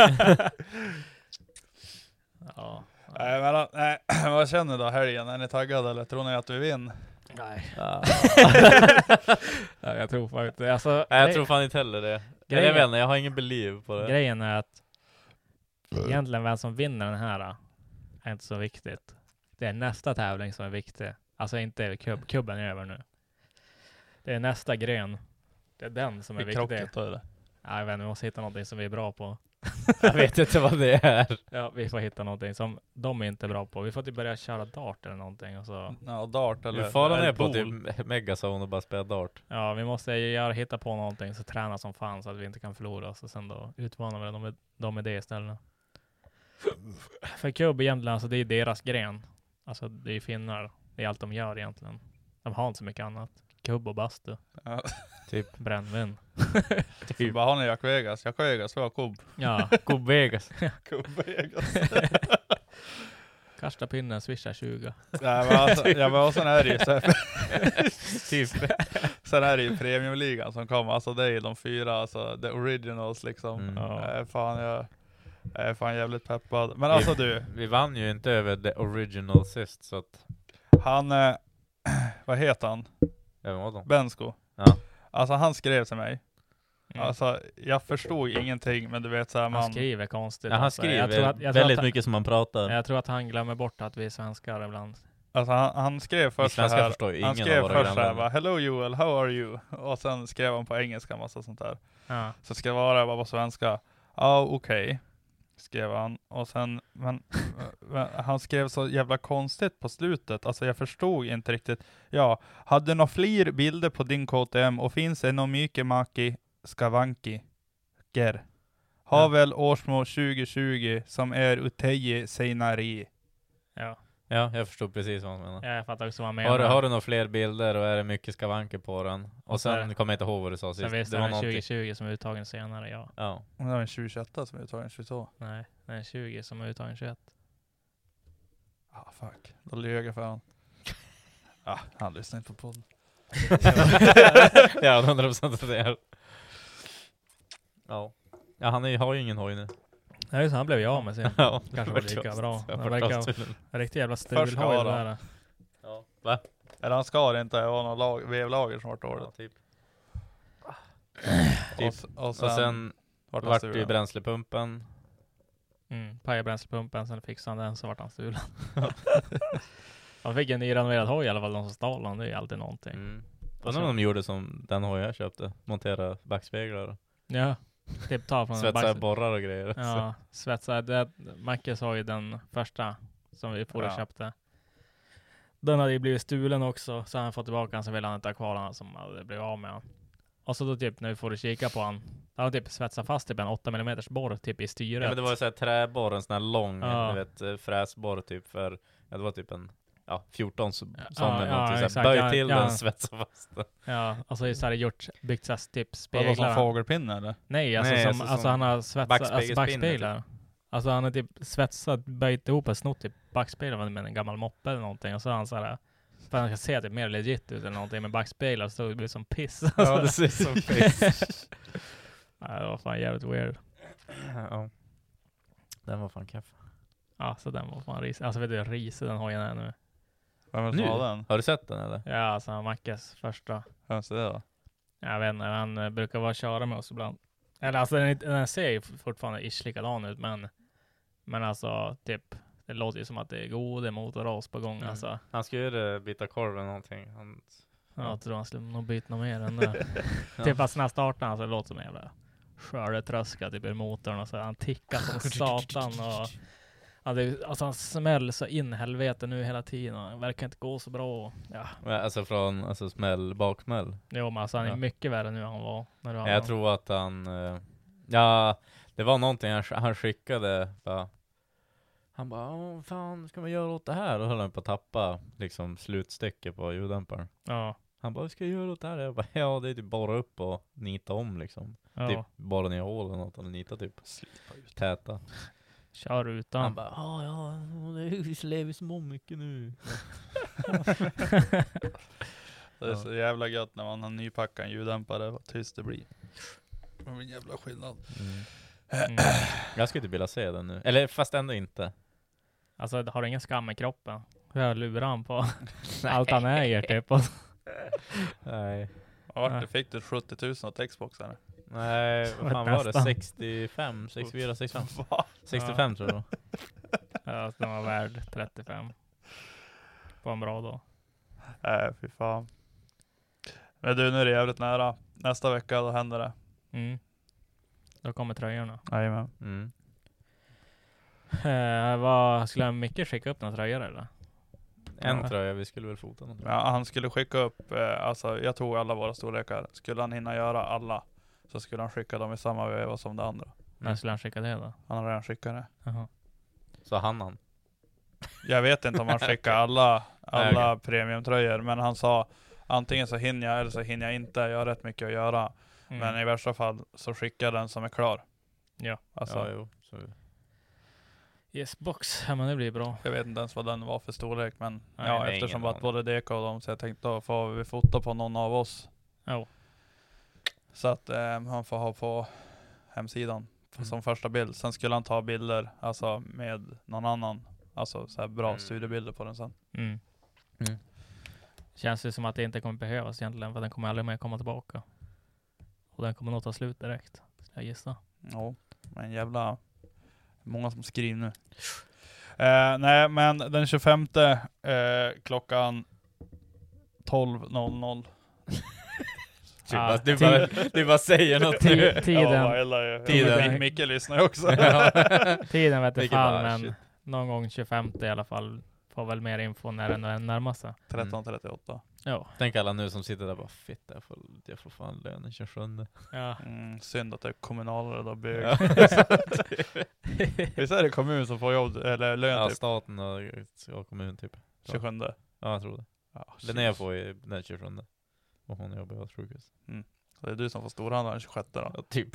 Ja. Nej, men nej, vad känner du då helgen? Är ni taggade eller tror ni att vi vinner? Nej. Ja. Ja, jag tror faktiskt alltså, Nej, jag nej, tror fan inte heller det. Grejen- Jag vet inte, jag har ingen believe på det. Grejen är att egentligen vem som vinner den här är inte så viktigt. Det är nästa tävling som är viktig. Alltså inte kubb, kubben är över nu. Det är nästa gren. Det är den som är I viktig. krocket då är det. Ja, jag vet inte, vi måste hitta någonting som vi är bra på. Jag vet inte vad det är. Ja, vi får hitta någonting som de är inte bra på. Vi får typ börja köra dart eller någonting. Och så. Ja, dart eller... Du får eller ner på pool. typ Megazone och bara spela dart. Ja, vi måste göra, hitta på någonting så träna som fan så att vi inte kan förlora oss. Och sen då utmanar vi dem med, dem med det istället. För kubb egentligen, alltså det är deras gren. Alltså det är finnar. Det är allt de gör egentligen. De har inte så mycket annat. Kubb och bastu. Ja. Typ. Brännvin. Typ. Vad har ni Jack Vegas? Jack Vegas, vad har kubb? Ja. Kubb Vegas. Kubb Vegas. Kasta pinnen, swisha tjugo. Ja, men alltså, ja, men sen är det ju så här, Typ. sen är det ju premiumligan som kommer. Alltså det är ju de fyra, alltså the originals liksom. Mm. Ja. Jag är fan, jag, jag är fan jävligt peppad. Men alltså du, Vi vann ju inte över the original sist, så att... han, eh, vad heter han? Jag vet inte. Bensko. Ja. Alltså han skrev till mig. Mm. Alltså jag förstod ingenting, men du vet så här, man... Han skriver konstigt. Ja, han alltså. skriver Jag tror att- jag tror väldigt att- mycket som han pratar. Jag tror att han glömmer bort att vi är svenskar ibland. Alltså han, han skrev först så svenskar här, förstår ju han ingen skrev av våra först så här, grannländer. bara, hello Joel, how are you? Och sen skrev han på engelska massa sånt där. Ja. Så ska det vara bara på svenska. Ja, okej. Okay. Skrev han. Och sen, men, men han skrev så jävla konstigt på slutet. Alltså jag förstod inte riktigt. Ja, hade några fler bilder på din K T M och finns det någon mycket maki skavanki ger. Har Ja. väl årsmål tjugo tjugo som är uteje senari. Ja. Ja, jag förstod precis vad han menar. Jag fattar också vad han menar. Har du, har du några fler bilder och är det mycket skavanker på den? Och, Och så är sen det- kommer jag inte ihåg vad du sa Sen sist. visst Det är var den någonting. tjugo tjugo som är uttagen senare, ja. Ja. Och det var en tjugo tjugoett som är uttagen tjugotvå. Nej, den är tjugo som är uttagen tjugoett. Ah, fuck. Då ljög jag för han. Ah, han lyssnar inte på podden. Ja, hundra procent att det är. Ja. Ja, han är, har ju ingen hoj nu. Nej, så han blev ju av med sin. Ja, Kanske var lika bra. Jag Han verkar stulen. en riktig jävla Först stulhoj ska det han. där. Ja. Va? Eller han ska det inte vara någon lag, vevlager som varit Ja, dåligt. typ. Och, Typ. s- och sen, Och sen vart han vart det ju stulen. bränslepumpen. Mm, pajade bränslepumpen, sen fixade han den så vart han stulen. Han fick en nyrenoverad hoj i alla fall, de som stal han. Det är ju alltid någonting. Mm. Undrar om de gjorde som den hoj jag köpte. Montera backspeglar. Ja, typ ta från en Svetsa back- borrar och grejer. Ja, svetsa. Det, Macke sa ju den första som vi får och Ja. köpte. Den hade ju blivit stulen också, så han fått tillbaka den, så ville han inte ha kvar den som hade blivit av med han. Och så då typ när vi får kika på han, han hade typ svetsat fast typ en åtta millimeter borr typ i styret. Ja, men det var ju såhär träborr, en sån här lång, Ja. du vet, eh, fräsborr typ för, ja det var typ en, ja, fjorton så, Ja, sån eller ja, någonting, såhär, exakt. böj Ja, till ja. den, svetsa fast den. Ja, alltså så här gjort, byggt så här typ Vadå, speglar. som fågelpinne eller? Nej, alltså, Nej, som, alltså alltså, som han har svetsat, alltså backspegelsspinner, backspeglar. Alltså han har typ svetsat, böjt ihop och snott typ backspeglar med en gammal moppe eller någonting. Och så har han så här, för han ska se typ mer legit ut eller någonting med backspeglar, så det blir som piss. Ja, det ser ut som piss. Nej, det var fan jävligt weird. Ja. Den var fan kaffe. Ja, så den var fan ris. Alltså vet du, ris den har jag nu. Vem är det som har den? Har du sett den eller? Ja, alltså Mackes första. Vem är det då? Jag vet inte, han eh, brukar vara köra med oss ibland. Eller alltså den, den ser ju fortfarande ish likadan ut, men men alltså typ det låter ju som att det är god motorras på gång. Mm. Alltså. Han ska ju byta korv eller någonting. Han... Ja. Jag tror han skulle nog byta något mer än det. Ja. Typ att när starten alltså, det låter som en jävla skördetröska typ i motorn och så. Han tickar som satan och ja, det, alltså han smäller så in helvete nu hela tiden och det verkar inte gå så bra. Ja. Alltså från alltså smäll, baksmäll. Jo, men alltså han är ja. mycket värre nu än han var. När du ja, jag tror att han... Uh, ja, det var någonting han, han skickade. Bara, han bara, åh fan, ska man göra åt det här? Då höll han på att tappa liksom slutstycke på ljuddämparen. Ja. Han bara, ska jag göra åt det här? Jag bara, ja, det är typ bara upp och nita om liksom. Ja. Typ bara ner hålen något eller nita typ. Täta. Kör utan. Han bara, ja, ja, det lever så mycket nu. Det är så jävla gött när man har nypackat en ljuddämpare, vad tyst det blir. Det är en jävla skillnad. Mm. Mm. Jag skulle inte vilja se den nu. Eller fast ändå inte. Alltså har du ingen skam i kroppen? Jag lurar han på allt han äger typ. Och... Nej. Ja, vart det fick du sjuttio tusen åt Xboxen? Nej, vad fan var det? sextiofem, sextiofyra, sextiofem. sextiofem tror jag. Ja, den var värd trettiofem. På en bra dag. Nej, fy fan. Men du, nu är det jävligt nära. Nästa vecka, då händer det. Mm. Då kommer tröjorna. Jajamän. Mm. Eh, vad skulle jag mycket skicka upp några tröjor eller? En ja. tröja, vi skulle väl fota något. Ja, han skulle skicka upp, eh, alltså jag tog alla våra storlekar. Skulle han hinna göra alla så skulle han skicka dem i samma veva som det andra. När skulle han skicka det då? Han har redan skickat det. Jaha. Så han han? Jag vet inte om han skickar alla, alla premiumtröjor, men han sa antingen så hinner jag eller så hinner jag inte. Jag har rätt mycket att göra. Mm. Men i värsta fall så skickar jag den som är klar. Ja. Alltså, ja, jo. Så. Yes, box. Ja, men det blir bra. Jag vet inte ens vad den var för storlek, men nej, ja, nej, eftersom att både D K och dem, så jag tänkte då får vi fota på någon av oss. Ja. Så att eh, han får ha på hemsidan mm. som första bild. Sen skulle han ta bilder alltså med någon annan. Alltså så här bra mm. studiebilder på den sen. Mm. Mm. Känns det som att det inte kommer behövas egentligen, för den kommer aldrig mer komma tillbaka. Och den kommer nog ta slut direkt, jag gissar. Ja, men jävla många som skriver nu. Eh, nej, men den tjugofemte eh, klockan tolv noll noll. Du, ah, bara, du, bara, du bara säger något nu. Tiden. Ja, eller, tiden. Micke lyssnar ju också. Ja. Tiden vet jag fan, bara, men shit. Någon gång tjugofemte i alla fall. Får väl mer info när den närmar sig. tretton trettioåtta. Ja. Tänk alla nu som sitter där bara, fitt, jag får, jag får fan lön den tjugosjunde. Ja. Mm, synd att det är kommunalare då bög. Ja. Visst är det kommun som får jobb, eller lön ja, typ? staten och, och kommun typ. tjugosjunde. Ja, jag tror det. Ja, Linnea får ju den tjugosjunde. Och hon jobbar på ett sjukhus. Mm. Så det är du som får storhandla den tjugosjätte då? Ja, typ.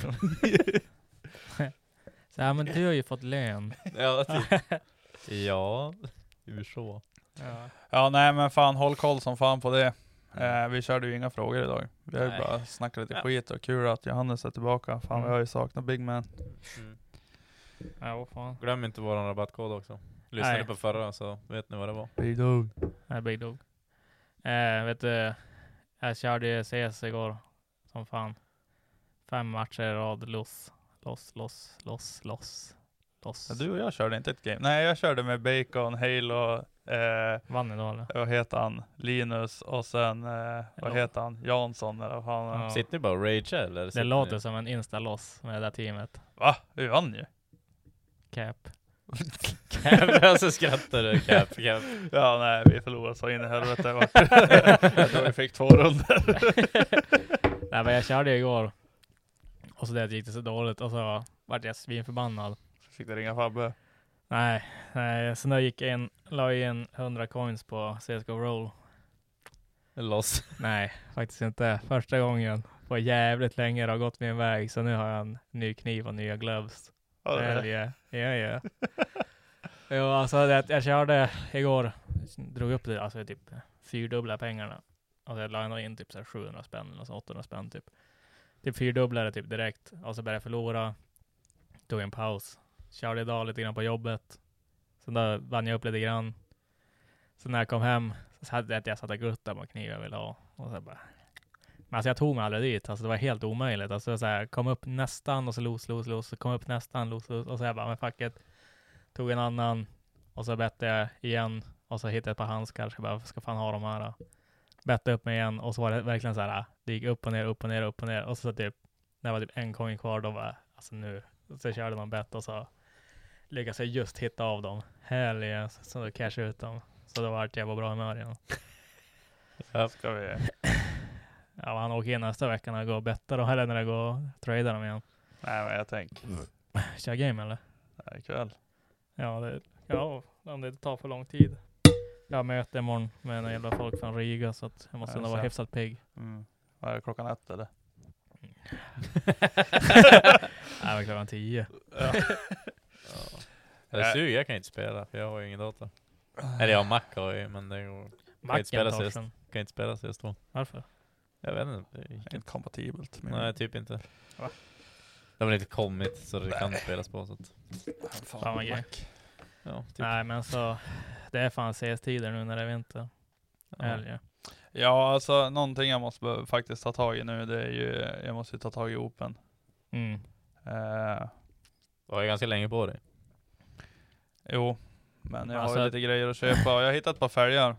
Så ja, men du har ju fått lön. Ja, typ. Ja, hur så? Ja. Ja, nej men fan, håll koll som fan på det. Mm. Eh, vi körde ju inga frågor idag. Vi har ju Nej. bara snackat lite Ja. skit och kul att Johannes är tillbaka. Fan, Mm. vi har ju saknat Big Man. Mm. Ja, fan. Glöm inte våran rabattkod också. Lyssnade Nej. på förra så vet ni vad det var. Big Dog. Nej, Big Dog. Eh, vet du, jag körde ju C S igår. Som fan. Fem matcher i rad. Loss, loss, loss, loss, loss. Ja, du och jag körde inte ett game. Nej, jag körde med Bacon, Halo, eh, Vann idag eller? vad heter han? Linus och sen, eh, vad heter han? Jansson eller vad fan. Ja. Sitter ni bara och rage eller? Det sitter låter ni... som en insta-loss med det där teamet. Va? Vi vann ju. Cap. Cap, alltså skrattar du. Cap, cap. Ja, nej, vi förlorade så in i helvete. Jag tror vi fick två runder. Nej, men jag körde igår. Och så det gick det så dåligt. Och så vart jag svinförbannad. Fick du ringa Fabbe? Nej, nej. Så då gick jag in, la in hundra coins på C S G O Roll. Loss. Nej, faktiskt inte. Första gången på jävligt länge det har gått min väg. Så nu har jag en ny kniv och nya gloves. Ja, det är Hell yeah. Ja, ja. Jo, alltså det, jag körde igår. Drog upp det, alltså typ fyrdubbla pengarna. Och jag la in typ så här sjuhundra spänn eller så åttahundra spänn typ. Typ fyrdubblade typ direkt. Och så började jag förlora. Tog en paus. körde idag lite grann på jobbet. Så då vann jag upp lite grann. Så när jag kom hem så hade jag, jag satt och guttade med kniv jag ville ha. Och så bara... Men alltså jag tog mig aldrig dit. Alltså det var helt omöjligt. Alltså så här, kom upp nästan och så los, los, los. Så kom upp nästan, los, los. Och så jag bara, men fuck it. Tog en annan. Och så bette jag igen. Och så hittade jag ett par handskar. Så jag bara, ska fan ha de här. Bette upp mig igen. Och så var det verkligen så här. Det gick upp och ner, upp och ner, upp och ner. Och så typ, när det var typ en gång kvar, då var alltså nu. Så jag körde någon bett och så lyckades jag just hitta av dem. Härliga. Så då cash ut dem. Så då var det jag var bra humör igen. Ja, ska vi... Ja, han åker in nästa vecka när jag går och bettar och eller när jag går och tradar dem igen. Nej, men jag tänker... Kör game eller? Nej, ikväll. Ja, det, ja, om det inte tar för lång tid. Jag möter imorgon med en jävla folk från Riga så att jag måste nog vara hyfsat pigg. Mm. Vad är det, klockan ett eller? Nej, klockan tio. Ja. Ja. Jag suger, jag kan inte spela för jag har ju ingen dator. Eller jag har Mac har ju, men det går... Kan inte spela sist. Kan inte spela sist då. Varför? Jag vet inte. Det är inte kompatibelt. Nej, min... typ inte. Va? Det har väl inte kommit så det Nej. kan spelas på så att... Fan, fan vad grej. Ja, typ. Nej, men så... Det är fan C S-tider nu när det är vinter. Ja. Älga. Ja, alltså någonting jag måste faktiskt ta tag i nu, det är ju... Jag måste ta tag i Open. Mm. Uh, du har ju ganska länge på dig. Jo, men jag alltså, har ju lite grejer att köpa. Jag har hittat ett par fälgar.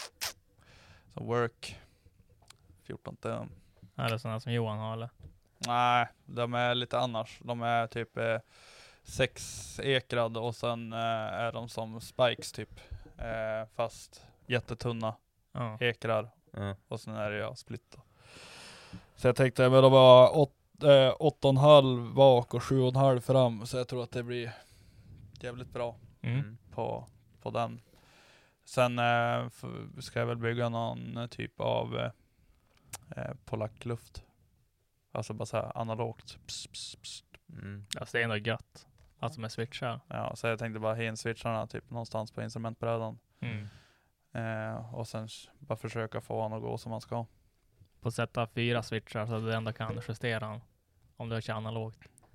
Så work. fjorton tum. Är det sådana som Johan har eller? Nej, de är lite annars. De är typ eh, sex ekrad och sen eh, är de som spikes typ. Eh, fast jättetunna ja. ekrar. Mm. Och sen är det ja, split då. Så jag tänkte att det var åt, eh, åtta och en halv bak och sju och en halv fram. Så jag tror att det blir jävligt bra mm. på, på den. Sen eh, ska jag väl bygga någon typ av eh, eh, polackluft. Alltså bara så här analogt. Pss, pss, pss. Mm. Alltså det är ändå gött. Alltså med switchar. Ja, så jag tänkte bara ha in switcharna typ någonstans på instrumentbrädan. Mm. Eh, och sen bara försöka få han att gå som man ska. På sätta fyra switchar så att du ändå kan justera han. Om du kör analogt.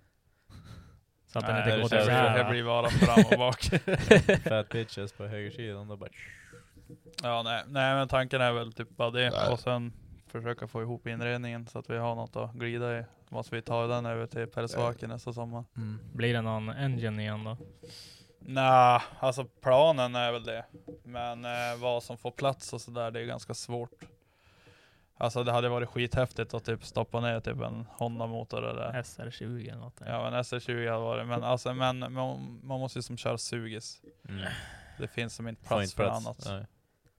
Så att Nej, den inte går till det, här. det blir bara fram och bak. Fat bitches på högersidan. Då bara... Ja, nej, nej, men tanken är väl typ bara det. Nej. Och sen försöka få ihop inredningen så att vi har något att glida i. Måste vi ta den över till Persvaken nästa sommar. Mm. Blir det någon engine igen då? Nej, alltså planen är väl det. Men eh, vad som får plats och sådär, det är ganska svårt. Alltså det hade varit skithäftigt att typ stoppa ner typ en Honda-motor eller... S R tjugo eller något. Ja, en S R tjugo hade varit. Men, alltså, men man, man måste ju som köra sugis. Mm. Det finns som inte plats för plats. annat. Nej.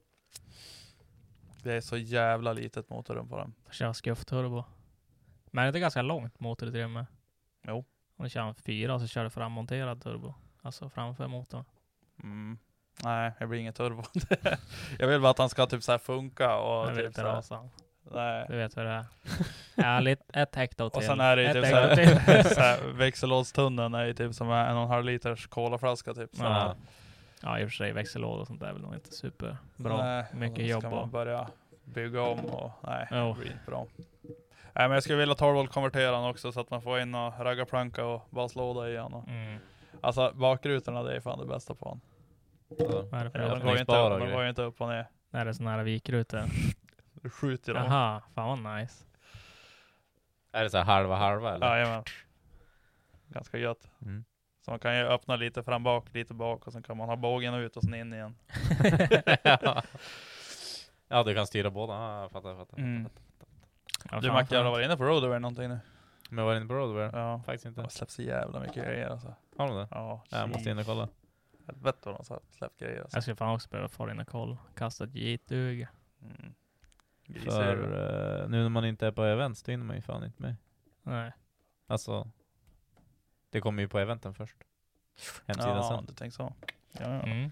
Det är så jävla litet motorrum på den. Kör skuffturbo. Men det är ganska långt motorutrymme. Jo. Om du kör en fyra och så kör du frammonterad turbo. Alltså framför motorn. Mm. Nej, det blir inget turbo. Jag vill bara att han ska typ så här funka. Och jag vill typ inte så här. rasa. Nej. Du vet vad det är. Ja, lite, ett hekto till. Och sen är det typ såhär, såhär växellådstunneln är ju typ som en och en halv liters kolaflaska typ. Så. Ja. Ja, i och för sig växellåd och sånt där är väl nog inte superbra. Nej, mycket jobb. Ska man börja bygga om och nej, oh. det blir inte bra. Nej, men jag skulle vilja tolv volt konvertera den också så att man får in och raggarplanka och baslåda igen. Och. Mm. Alltså bakrutorna, det är fan det bästa på den. Ja. Vad är det för ja, de, går inte upp, de går ju inte upp och ner. Är det såna här vikrutor? Du skjuter dem. Jaha, fan vad nice. Är det så här halva halva eller? Ja, jajamän. Ganska gött. Mm. Så man kan ju öppna lite fram bak, lite bak och sen kan man ha bågen ut och sen in igen. ja. ja, du kan styra båda. Ah, jag fattar, jag fattar. Mm. fattar, fattar. Ja, du Macke, har du varit inne på Roadwear någonting nu? Men jag var inne på Roadwear? Ja. Faktiskt inte. Det släpps så jävla mycket grejer alltså. Har de det? Ja. ja jag måste in och kolla. Jag vet vad de har släppt grejer alltså. Jag ska fan också behöva få in och kolla. Kasta ett gitdug. Mm. För uh, nu när man inte är på events, då hinner man ju fan inte med. Nej. Alltså, det kommer ju på eventen först. Hemsidan ja, sen. du tänker så. Ja, ja. Mm.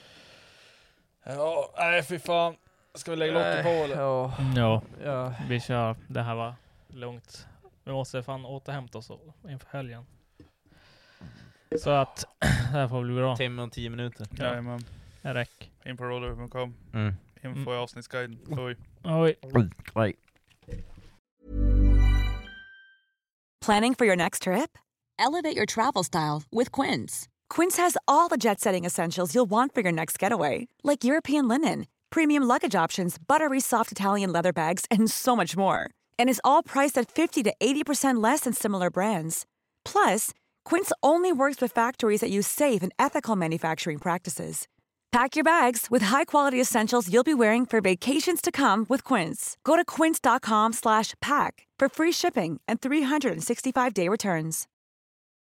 Ja, nej fy fan. Ska vi lägga locket på eller? Ja. ja. Ja, vi kör. Det här var lugnt. Vi måste fan återhämta oss inför helgen. Så att det här får bli bra. Timme och tio minuter. Ja, jajamän. En räck. In på roller punkt com. Mm. Info i avsnittsguiden. Oj. Oj. Oj. Planning for your next trip? Elevate your travel style with Quince. Quince has all the jet-setting essentials you'll want for your next getaway, like European linen, premium luggage options, buttery soft Italian leather bags, and so much more. And is all priced at fifty to eighty percent less than similar brands. Plus, Quince only works with factories that use safe and ethical manufacturing practices. Pack your bags with high-quality essentials you'll be wearing for vacations to come with Quince. Go to quince.com slash pack for free shipping and three hundred sixty-five day returns.